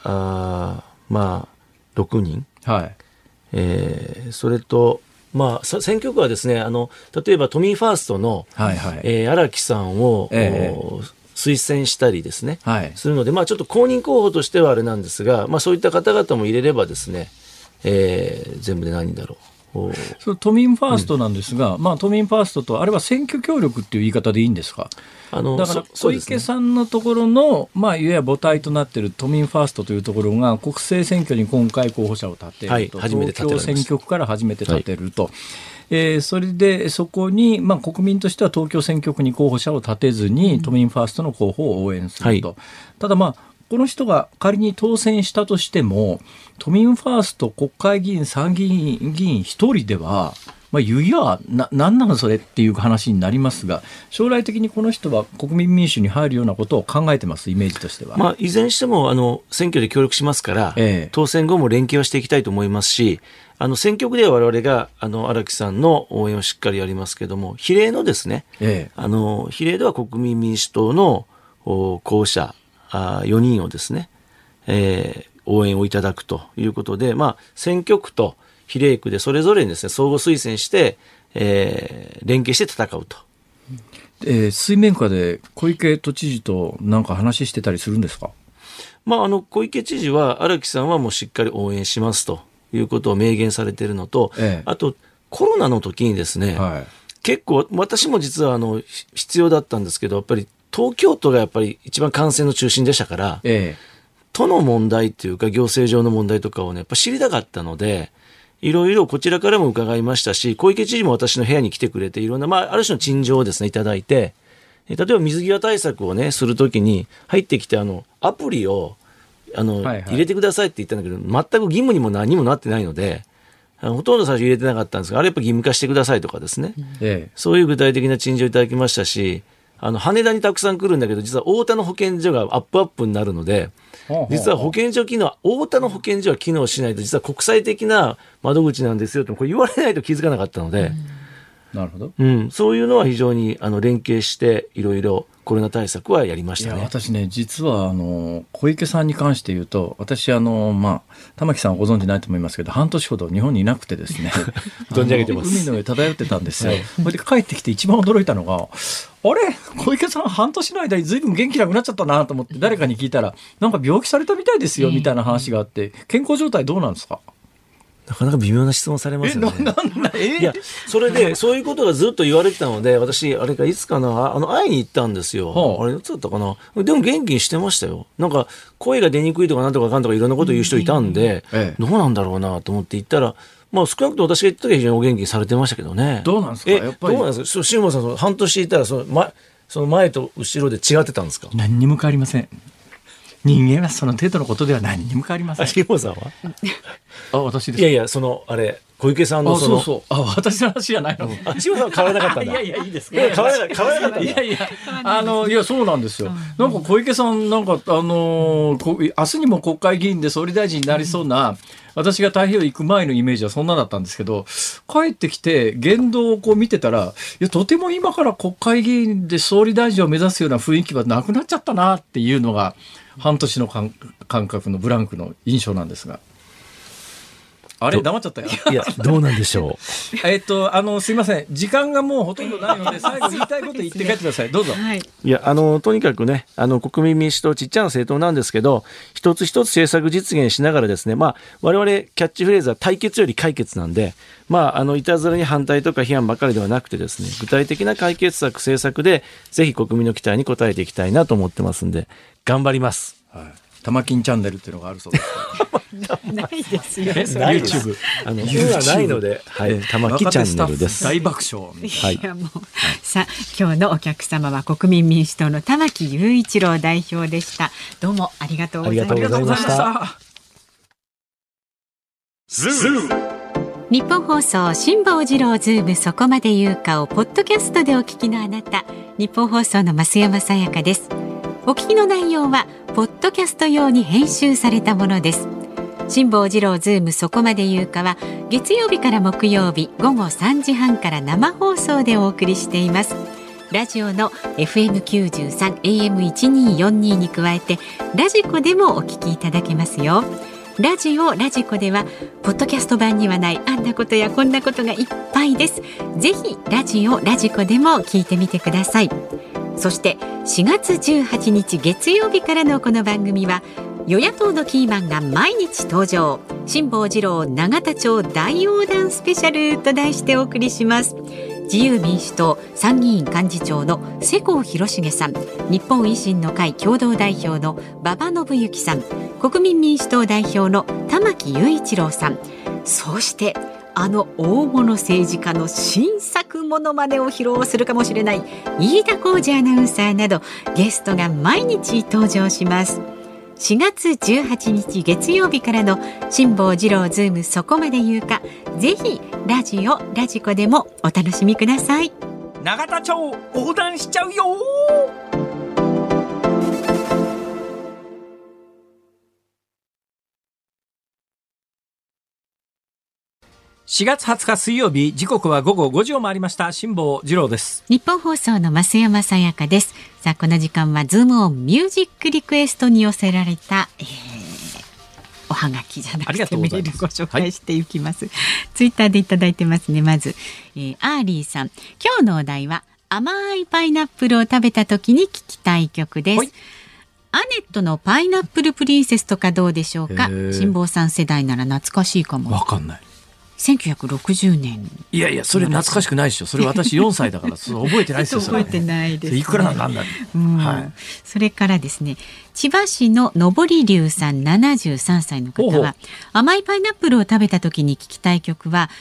6人、それと選挙区はですね、例えば都民ファーストの荒木さんを、推薦したりですね、するので、ちょっと公認候補としてはあれなんですが、そういった方々も入れればですね、全部で何人だろう。 それ都民ファーストなんですが、都民ファーストとあれは選挙協力っていう言い方でいいんですか？だから小池さんのところの、いわゆる母体となっている都民ファーストというところが国政選挙に今回候補者を立てると、東京選挙区から初めて立てると、それでそこに、国民としては東京選挙区に候補者を立てずに都民ファーストの候補を応援すると、ただこの人が仮に当選したとしても都民ファースト国会議員参議院議員一人では言いや何なのそれっていう話になりますが、将来的にこの人は国民民主に入るようなことを考えてます、イメージとしては。 いずれにしても選挙で協力しますから、当選後も連携はしていきたいと思いますし、選挙区では我々が荒木さんの応援をしっかりやりますけども、比例のですね、比例では国民民主党の候補者4人をですね、応援をいただくということで、選挙区と比例区でそれぞれにですね、相互推薦して、連携して戦うと。 水面下で小池都知事と何か話してたりするんですか？ 小池知事は荒木さんはもうしっかり応援しますということを明言されているのと、あとコロナの時にですね、結構私も実は必要だったんですけど、やっぱり東京都がやっぱり一番感染の中心でしたから、都の問題っていうか行政上の問題とかをね、やっぱ知りたかったので、いろいろこちらからも伺いましたし、小池知事も私の部屋に来てくれて、いろんな、ある種の陳情をですね、いただいて、例えば水際対策をね、するときに入ってきて、アプリを、入れてくださいって言ったんだけど、全く義務にも何もなってないので、ほとんど最初入れてなかったんですが、あれやっぱ義務化してくださいとかですね、そういう具体的な陳情をいただきましたし、羽田にたくさん来るんだけど、実は太田の保健所がアップになるので、実は保健所機能、太田の保健所は機能しないと、実は国際的な窓口なんですよと、これ言われないと気づかなかったので、 なるほど、 そういうのは非常に連携していろいろコロナ対策はやりましたね。 私ね、実は小池さんに関して言うと、私玉木さんはご存じないと思いますけど、半年ほど日本にいなくてですね存じ上げてます。 海の上漂ってたんですよ。それで帰ってきて一番驚いたのが、あれ小池さん半年の間に随分元気なくなっちゃったなと思って、誰かに聞いたらなんか病気されたみたいですよみたいな話があって、健康状態どうなんですか？ なかなか微妙な質問されますよね。いや、それでそういうことがずっと言われてたので、私あれかいつかな、会いに行ったんですよ。あれいつだったかな。でも元気にしてましたよ。なんか声が出にくいとかなんとかかんとかいろんなこと言う人いたんで、どうなんだろうなと思って行ったら、少なくとも私が言った時は非常にお元気にされてましたけどね。 どうなんですか？やっぱりどうなんですか？辛坊さん、半年いたらその前と後ろで違ってたんですか？ 何にも変わりません。人間はその程度のことでは何にも変わりません。 辛坊さんは私です。 いやいや、あれ小池さんの私の話じゃないの。 辛坊さんは変わらなかったんだ。 いやいいです。 変わらなかったんだ。 いやそうなんですよ。なんか小池さんなんか明日にも国会議員で総理大臣になりそうな、私が太平洋行く前のイメージはそんなだったんですけど、帰ってきて言動を見てたら、いやとても今から国会議員で総理大臣を目指すような雰囲気はなくなっちゃったなっていうのが半年の間隔のブランクの印象なんですが。あれ黙っちゃったよ。 いやどうなんでしょう。 すいません、時間がもうほとんどないので最後言いたいこと言って帰ってください。どうぞ。 いやとにかくね、国民民主党ちっちゃな政党なんですけど、一つ一つ政策実現しながらですね、我々キャッチフレーズは対決より解決なんで、いたずらに反対とか批判ばかりではなくてですね、具体的な解決策政策でぜひ国民の期待に応えていきたいなと思ってますんで頑張ります。 玉金チャンネルっていうのがあるそうですないですよ。 YouTube はないので、玉金チャンネルです。 大爆笑。 さあ今日のお客様は国民民主党の玉木雄一郎代表でした。どうもありがとうございました。 日本放送辛坊治郎ズームそこまで言うかをポッドキャストでお聞きのあなた、日本放送の増山さやかです。お聞きの内容はポッドキャスト用に編集されたものです。辛坊治郎ズームそこまで言うかは月曜日から木曜日午後3時半から生放送でお送りしています。ラジオの FM93 AM1242 に加えてラジコでもお聞きいただけますよ。ラジコではポッドキャスト版にはないあんなことやこんなことがいっぱいです。ぜひラジコでも聞いてみてください。そして4月18日月曜日からのこの番組は与野党のキーマンが毎日登場、辛坊治郎永田町大横断スペシャルと題してお送りします。自由民主党参議院幹事長の世耕弘成さん、日本維新の会共同代表の馬場伸幸さん、国民民主党代表の玉木雄一郎さん、そしてあの大物政治家の新作モノマネを披露するかもしれない飯田浩司アナウンサーなどゲストが毎日登場します。4月18日月曜日からの辛坊治郎ズームそこまで言うか、ぜひラジコでもお楽しみください。 永田町横断しちゃうよ。4月20日水曜日、時刻は午後5時を回りました。辛坊治郎です。 日本放送の増山さやかです。さあ、この時間はズームオンミュージックリクエストに寄せられた、おはがきじゃなくてメールご紹介していきます。ツイッターでいただいてますね。まず、アーリーさん、今日のお題は甘いパイナップルを食べた時に聴きたい曲です。アネットのパイナップルプリンセスとかどうでしょうか。辛坊さん世代なら懐かしいかも。 わかんない。 1960年。 いやいや、それ懐かしくないでしょ。それ私4歳だから覚えてないですよ。 覚えてないです、ね。 いくらなんだ、はい。 それからですね、千葉市ののぼりりゅうさん73歳の方は、甘いパイナップルを食べた時に聴きたい曲は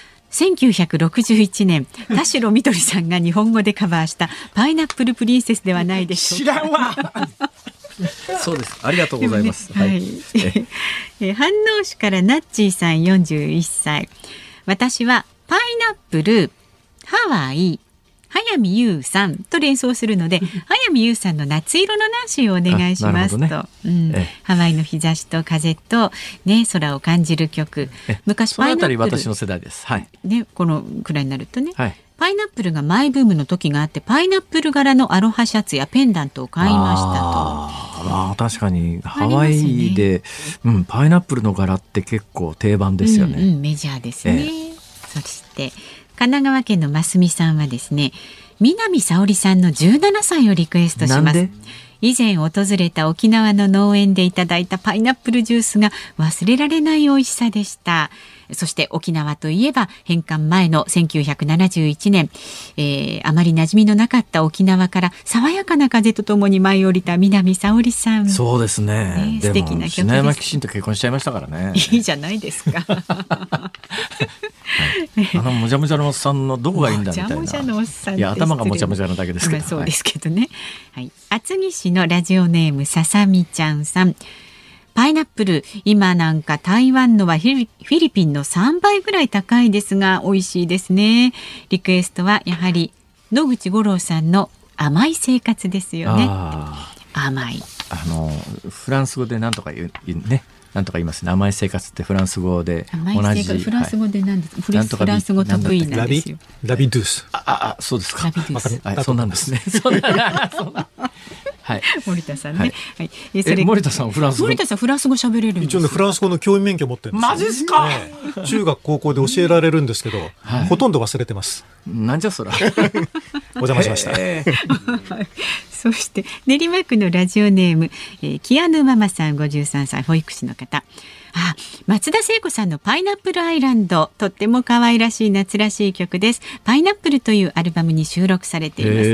1961年田代みどりさんが日本語でカバーしたパイナップルプリンセスではないでしょうか。 知らんわ。そうです。ありがとうございます。 ね、はい。飯能市からナッチーさん41歳。私はパイナップル、ハワイ、早見優さんと連想するので早見優さんの夏色のナンシーをお願いしますと、ハワイの日差しと風と、ね、空を感じる曲。昔そのあたり私の世代です。はい。 ね、このくらいになるとね、 はい、 パイナップルがマイブームの時があって、パイナップル柄のアロハシャツやペンダントを買いましたと。 確かにハワイで、パイナップルの柄って結構定番ですよね。 メジャーですね。そして神奈川県のますみさんはですね、南沙織さんの17歳をリクエストします。以前訪れた沖縄の農園でいただいたパイナップルジュースが忘れられない美味しさでした。そして沖縄といえば返還前の1971年、あまり馴染みのなかった沖縄から爽やかな風とともに舞い降りた南沙織さん。 そうですね。 素敵な曲です。 篠山紀信と結婚しちゃいましたからね。 いいじゃないですか。 もじゃもじゃのおっさんのどこがいいんだみたいな。 もじゃもじゃのおっさん。 いや、頭がもじゃもじゃなだけですけど。 そうですけどね。はい。厚木市のラジオネームささみちゃんさん。パイナップル、今なんか台湾のはフィリピンの3倍ぐらい高いですが美味しいですね。リクエストはやはり野口五郎さんの甘い生活ですよね。甘い。 フランス語でなんとか言うね。なんとか言いますね。甘い生活ってフランス語で同じ。 フランス語で何ですか。フランス語得意なんですよ。 ラビドゥース。 そうですか。 ラビドゥース。 そうなんですね。はい。 森田さんね。 はい。森田さんフランス語。 森田さんフランス語喋れるんです。 一応ね、フランス語の教員免許持ってるんです。 マジっすか。 中学高校で教えられるんですけど、ほとんど忘れてます。 なんじゃそら。 お邪魔しました。 そして練馬区のラジオネーム、キアヌママさん53歳保育士の方。松田聖子さんのパイナップルアイランド、とっても可愛らしい夏らしい曲です。パイナップルというアルバムに収録されています。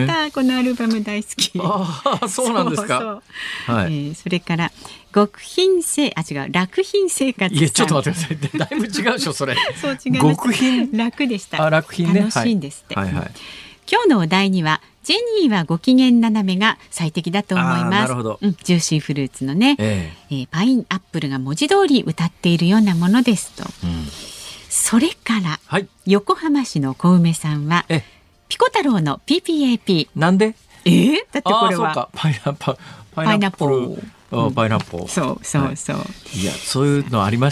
あったこのアルバム大好き。 そうなんですか。 はい。それから楽品生活。 いや、ちょっと待ってください。だいぶ違うでしょそれ。 そう違います。極品楽でした。 楽品ね。 楽しいんですって。 はいはい。 今日のお題にはジェニーはご機嫌斜めが最適だと思います。 なるほど。 ジューシーフルーツのね、パインアップルが文字通り歌っているようなものですと。 それから、 はい、 横浜市の小梅さんはピコ太郎の PPAP なんでだってこれはそうかパイナップルパイナップルそう、 はい、いやそういうのあピ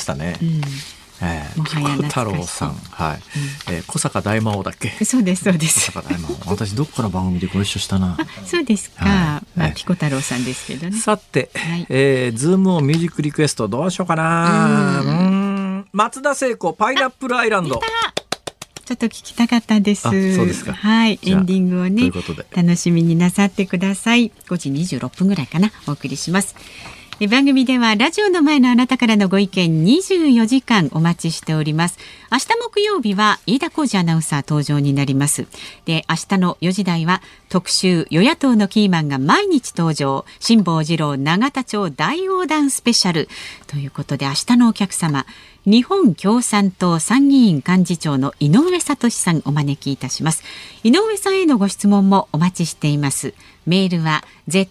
コ太郎さん、小坂大魔王だっけ。そうです小坂大魔王私どっかの番組でご一緒したな。 そうですか、ピコ太郎さんですけどね。 さて、ズームオンミュージックリクエストどうしようかな。松田聖子パイナップルアイランドちょっと聞きたかったです。 そうですか。 はい、エンディングをね楽しみになさってください。5時26分ぐらいかなお送りします。番組ではラジオの前のあなたからのご意見24時間お待ちしております。明日木曜日は飯田浩司アナウンサー登場になります。で、明日の4時台は特集与野党のキーマンが毎日登場、辛坊治郎永田町大横断スペシャルということで、明日のお客様日本共産党参議院幹事長の井上聡さんお招きいたします。井上さんへのご質問もお待ちしています。メールは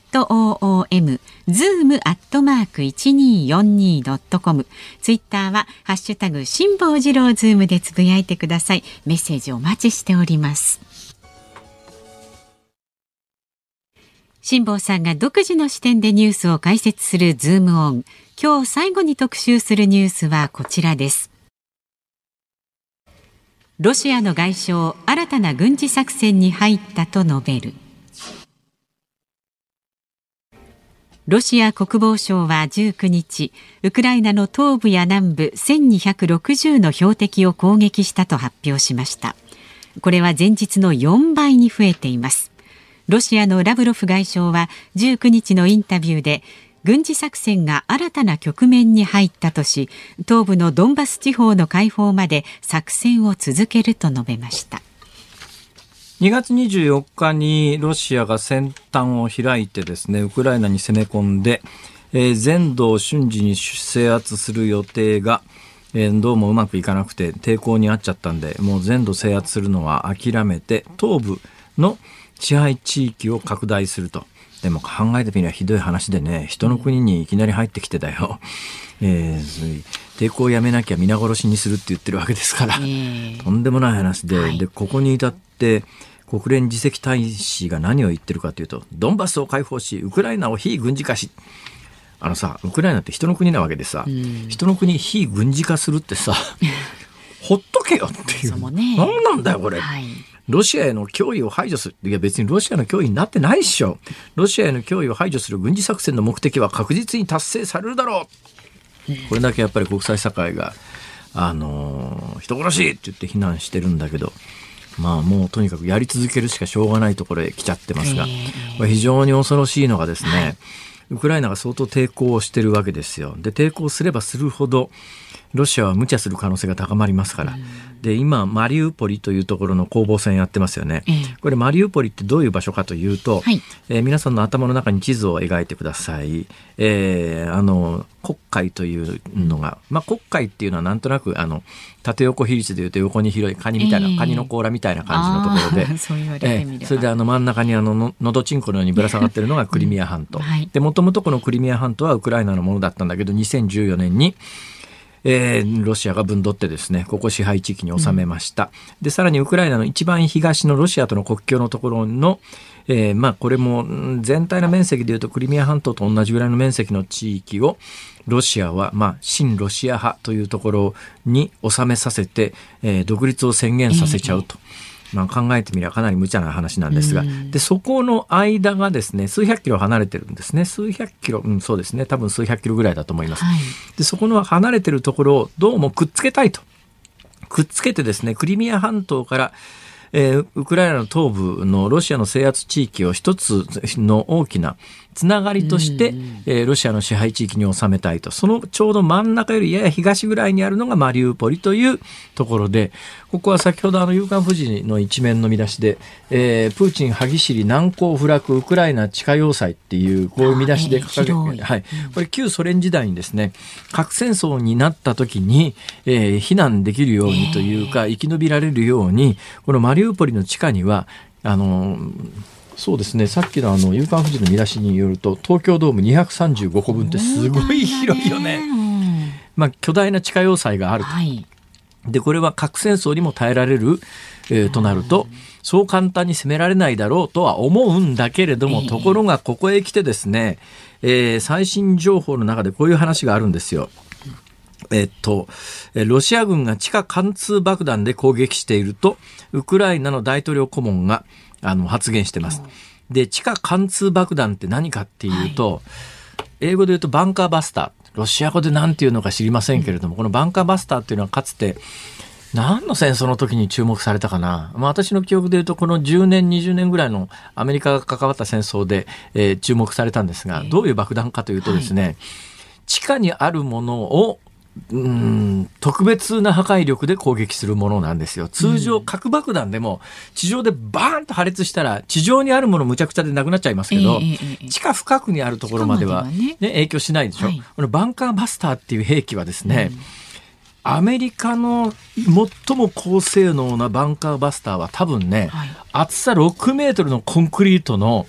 zoom@1242.com、 ツイッターはハッシュタグ辛坊治郎ズームでつぶやいてください。メッセージお待ちしております。辛坊さんが独自の視点でニュースを解説するズームオン。今日最後に特集するニュースはこちらです。ロシアの外相、新たな軍事作戦に入ったと述べる。ロシア国防省は19日、ウクライナの東部や南部1260の標的を攻撃したと発表しました。これは前日の4倍に増えています。ロシアのラブロフ外相は19日のインタビューで、軍事作戦が新たな局面に入ったとし、東部のドンバス地方の解放まで作戦を続けると述べました。 2月24日にロシアが戦端を開いてですね、ウクライナに攻め込んで、全土を瞬時に制圧する予定が、どうもうまくいかなくて抵抗にあっちゃったんで、もう全土制圧するのは諦めて東部の支配地域を拡大すると。でも考えてみればひどい話でね、人の国にいきなり入ってきてだよ、抵抗をやめなきゃ皆殺しにするって言ってるわけですから、とんでもない話で、でここに至って国連次席大使が何を言ってるかというと、ドンバスを解放しウクライナを非軍事化し、ウクライナって人の国なわけでさ、人の国非軍事化するってさほっとけよっていう、何なんだよこれ、ロシアへの脅威を排除する。いや別にロシアの脅威になってないっしょ。ロシアへの脅威を排除する軍事作戦の目的は確実に達成されるだろう。これだけやっぱり国際社会が人殺しって言って非難してるんだけど、もうとにかくやり続けるしかしょうがないところへ来ちゃってますが、これ非常に恐ろしいのがですね、ウクライナが相当抵抗をしてるわけですよ。で抵抗すればするほどロシアは無茶する可能性が高まりますから、で今マリウポリというところの攻防戦やってますよね。これマリウポリってどういう場所かというと、皆さんの頭の中に地図を描いてください。黒海というのが、黒海っていうのはなんとなく縦横比率でいうと横に広いカニみたいな、カニの甲羅みたいな感じのところで、それで真ん中にのどちんこのようにぶら下がってるのがクリミア半島、でもともとこのクリミア半島はウクライナのものだったんだけど、2014年にロシアが分取ってですね、ここ支配地域に収めました。でさらにウクライナの一番東のロシアとの国境のところの、これも全体の面積でいうとクリミア半島と同じぐらいの面積の地域をロシアは親ロシア派というところに収めさせて、独立を宣言させちゃうと。考えてみればかなり無茶な話なんですが、でそこの間がですね数百キロ離れてるんですね。数百キロ、そうですね、多分数百キロぐらいだと思います。でそこの離れてるところをどうもくっつけたいと。くっつけてですね、クリミア半島からウクライナの東部のロシアの制圧地域を一つの大きなつながりとして、ロシアの支配地域に収めたいと。そのちょうど真ん中よりやや東ぐらいにあるのがマリウポリというところで、ここは先ほど夕刊フジの一面の見出しで、プーチン歯ぎしり難攻不落ウクライナ地下要塞っていうこういう見出しで掲げ、これ旧ソ連時代にですね、核戦争になった時に、避難できるようにというか、生き延びられるようにこのマリウポリの地下にはそうですね、さっきの夕刊フジの見出しによると東京ドーム235個分ってすごい広いよね。巨大な地下要塞があると。 でこれは核戦争にも耐えられる、となるとそう簡単に攻められないだろうとは思うんだけれども、ところがここへ来てですね、最新情報の中でこういう話があるんですよ。ロシア軍が地下貫通爆弾で攻撃しているとウクライナの大統領顧問が発言してます。で地下貫通爆弾って何かっていうと、英語で言うとバンカーバスター、ロシア語で何ていうのか知りませんけれども、このバンカーバスターっていうのはかつて何の戦争の時に注目されたかな、私の記憶で言うとこの10年20年ぐらいのアメリカが関わった戦争で、注目されたんですが、どういう爆弾かというとですね、地下にあるものを特別な破壊力で攻撃するものなんですよ。通常核爆弾でも地上でバーンと破裂したら地上にあるものむちゃくちゃでなくなっちゃいますけど、地下深くにあるところまでは、影響しないでしょ、このバンカーバスターっていう兵器はですね、アメリカの最も高性能なバンカーバスターは多分ね、厚さ6メートルのコンクリートの、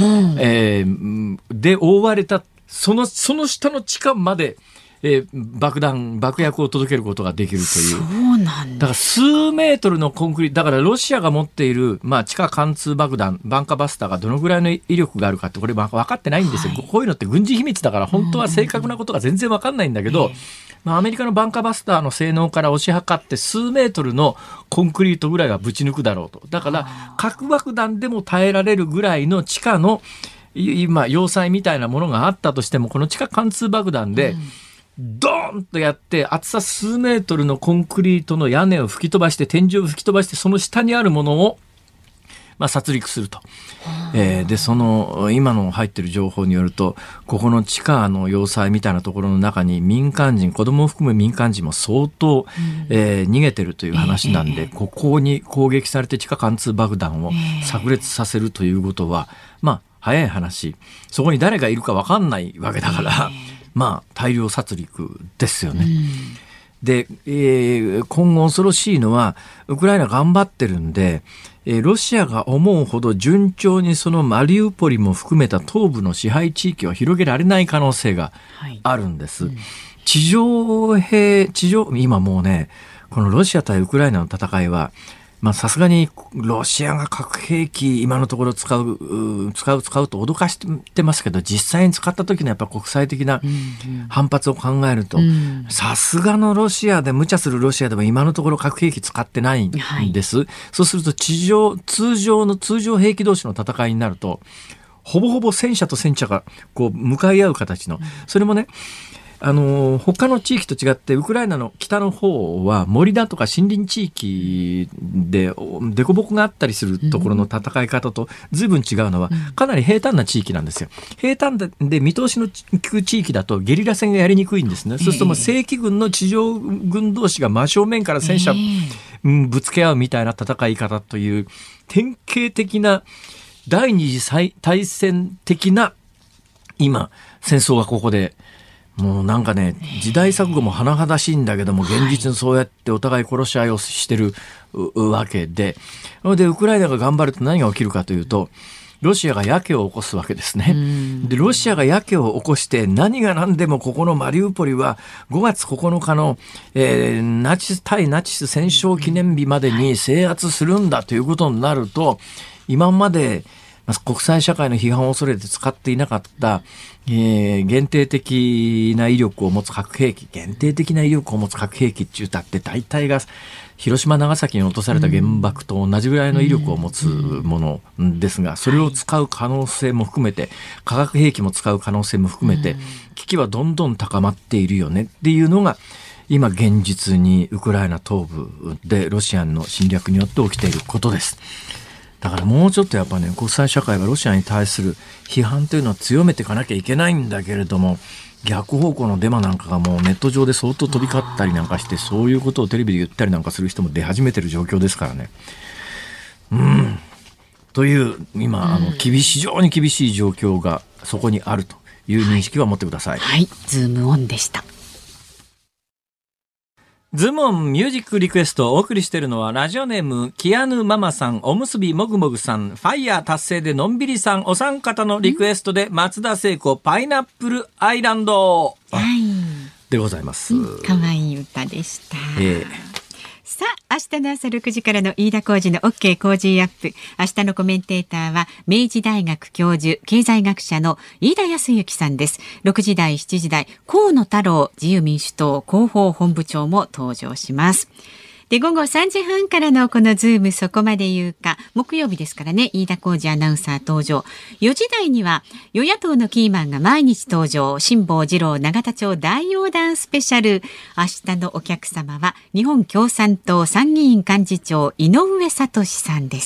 で覆われたその下の地下まで爆薬を届けることができるという。 そうなんだ。 だから数メートルのコンクリートだからロシアが持っている、地下貫通爆弾バンカーバスターがどのぐらいの威力があるかってこれ分かってないんですよ、こういうのって軍事秘密だから本当は正確なことが全然分かんないんだけど、アメリカのバンカーバスターの性能から押し量って数メートルのコンクリートぐらいはぶち抜くだろうと。だから核爆弾でも耐えられるぐらいの地下の今要塞みたいなものがあったとしても、この地下貫通爆弾で、ドーンとやって厚さ数メートルのコンクリートの屋根を吹き飛ばして天井を吹き飛ばしてその下にあるものを、殺戮すると。でその今の入ってる情報によると、ここの地下の要塞みたいなところの中に民間人、子供を含む民間人も相当、逃げてるという話なんで、ここに攻撃されて地下貫通爆弾を炸裂させるということは、早い話そこに誰がいるか分かんないわけだから、大量殺戮ですよね。で、今後恐ろしいのはウクライナ頑張ってるんで、ロシアが思うほど順調にそのマリウポリも含めた東部の支配地域を広げられない可能性があるんです。今もうね、このロシア対ウクライナの戦いはさすがにロシアが核兵器今のところ使うと脅かしてますけど、実際に使った時のやっぱ国際的な反発を考えると、さすがのロシアで無茶するロシアでも今のところ核兵器使ってないんです、そうすると通常兵器同士の戦いになるとほぼほぼ戦車と戦車がこう向かい合う形の、それもね他の地域と違ってウクライナの北の方は森だとか森林地域で凸凹があったりするところの戦い方と随分違うのは、かなり平坦な地域なんですよ。平坦で見通しの利く地域だとゲリラ戦がやりにくいんですね。そうすると正規軍の地上軍同士が真正面から戦車、ぶつけ合うみたいな戦い方という典型的な第二次大戦的な今戦争がここでもうなんかね、時代錯誤も甚だしいんだけども、現実にそうやってお互い殺し合いをしてるわけで、でウクライナが頑張ると何が起きるかというと、ロシアがやけを起こすわけですね。でロシアがやけを起こして何が何でもここのマリウポリは5月9日の、対ナチス戦勝記念日までに制圧するんだということになると、今まで国際社会の批判を恐れて使っていなかった、限定的な威力を持つ核兵器って言ったって大体が広島長崎に落とされた原爆と同じぐらいの威力を持つものですが、それを使う可能性も含めて、化学兵器も使う可能性も含めて危機はどんどん高まっているよねっていうのが今現実にウクライナ東部でロシアの侵略によって起きていることです。だからもうちょっとやっぱね、国際社会はロシアに対する批判というのを強めていかなきゃいけないんだけれども、逆方向のデマなんかがもうネット上で相当飛び交ったりなんかして、そういうことをテレビで言ったりなんかする人も出始めてる状況ですからね。という今非常に厳しい状況がそこにあるという認識は持ってください。 はい、ズームオンでした。 ズームオンミュージックリクエストをお送りしているのは、ラジオネームキアヌママさん、おむすびもぐもぐさん、ファイヤー達成でのんびりさん、お三方のリクエストで松田聖子パイナップルアイランド、でございます。 可愛い歌でした。 さあ、明日の朝6時からの飯田浩司の OK 工事アップ。明日のコメンテーターは明治大学教授、経済学者の飯田康之さんです。6時台、7時台、河野太郎自由民主党広報本部長も登場します。で、午後3時半からのこのズームそこまで言うか、木曜日ですからね、飯田浩司アナウンサー登場。4時台には与野党のキーマンが毎日登場、辛坊治郎永田町大横断スペシャル。明日のお客様は日本共産党参議院幹事長井上聡さんです。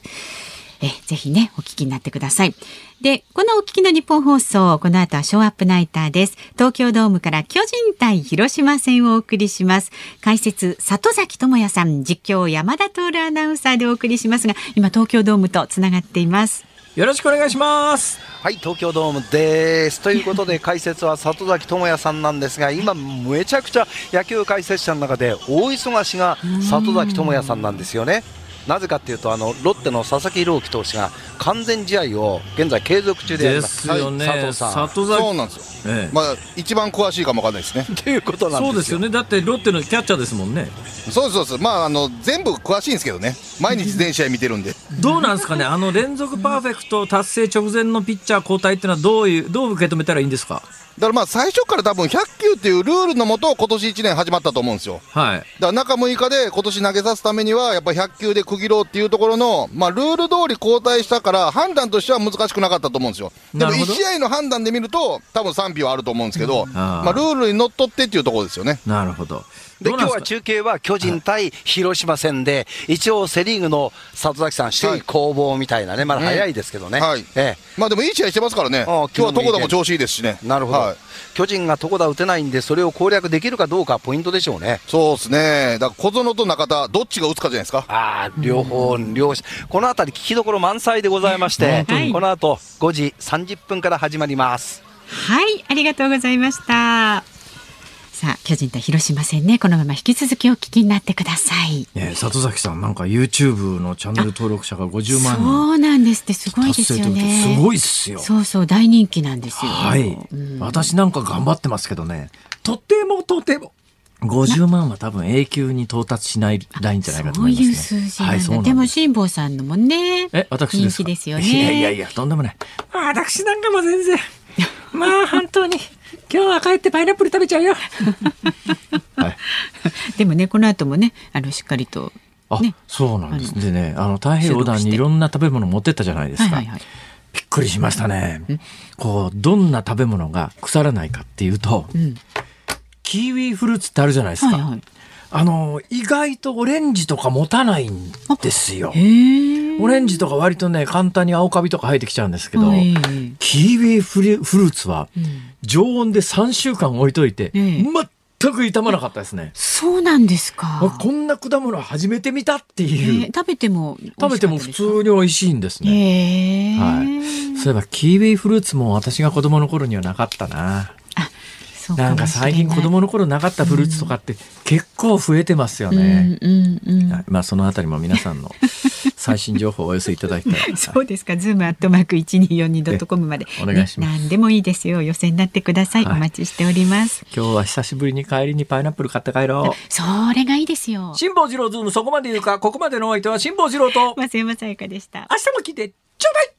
ぜひね、お聞きになってください。で、このお聞きの日本放送、この後はショーアップナイターです。東京ドームから巨人対広島戦をお送りします。解説、里崎智也さん、実況、山田徹アナウンサーでお送りしますが、今、東京ドームとつながっています。 よろしくお願いします。 はい、東京ドームです。ということで、解説は里崎智也さんなんですが、今、めちゃくちゃ野球解説者の中で大忙しが里崎智也さんなんですよね。なぜかというと、ロッテの佐々木朗希投手が完全試合を現在継続中であります。 ですよね、 佐藤さん。 そうなんですよ、一番詳しいかもわかんないですねということなんですよ。 そうですよね。だってロッテのキャッチャーですもんね。 そうです。全部詳しいんですけどね、毎日全試合見てるんでどうなんですかね、連続パーフェクト達成直前のピッチャー交代っていうのはどう受け止めたらいいんですか。 だから最初から多分100球っていうルールのもと今年1年始まったと思うんですよ。 はい。 だから中6日で今年投げさすためにはやっぱり100球で区切ろうっていうところの、ルール通り交代したから判断としては難しくなかったと思うんですよ。でも1試合の判断で見ると多分賛否はあると思うんですけど、ルールにのっとってっていうところですよね。 なるほど。 で、今日は中継は巨人対広島戦で、一応セリーグの里崎さん首位攻防みたいなね、まだ早いですけどね。 でもいい試合してますからね。今日は床田も調子いいですしね。 なるほど。巨人が床田打てないんで、それを攻略できるかどうかポイントでしょうね。 そうですね。だから小園と中田どっちが打つかじゃないですか。 両者このあたり聞きどころ満載でございまして、この後5時30分から始まります。 はい、ありがとうございました。さあ、巨人対広島戦ね、このまま引き続きお聞きになってください。 里崎さん、なんか YouTube のチャンネル登録者が50万人。 そうなんですって、すごいですよね。 すごいっすよ。 そうそう、大人気なんですよ。 はい。私なんか頑張ってますけどね、とても50万は多分永久に到達しないラインじゃないかと思いますね。 そういう数字なんだ。でも辛坊さんのもね、 私ですか。 人気ですよね。 いやとんでもない。私なんかも全然本当に今日は帰ってパイナップル食べちゃうよ。 でもね、この後もね、しっかりとね。 そうなんですでね、太平洋横断にいろんな食べ物持ってったじゃないですか。びっくりしましたね。どんな食べ物が腐らないかっていうと、キウイフルーツってあるじゃないですか。意外とオレンジとか持たないんですよ。オレンジとか割とね、簡単に青カビとか生えてきちゃうんですけど、キウイフルーツは常温で3週間置いといて、全く傷まなかったですね。 そうなんですか。 こんな果物初めて見たっていう。 食べても普通に美味しいんですね。そういえばキウイフルーツも私が子供の頃にはなかったな。なんか最近子供の頃なかったフルーツとかって結構増えてますよね。そのあたりも皆さんの最新情報をお寄せいただきたい。 そうですか。zoom@1242.com までお願いします。 何でもいいですよ。寄せになってください。お待ちしております。 今日は久しぶりに帰りにパイナップル買って帰ろう。 それがいいですよ。 辛坊治郎ズームそこまで言うか。ここまでのお相手は辛坊治郎と増山さやかでした。 明日も聞いてちょうだい。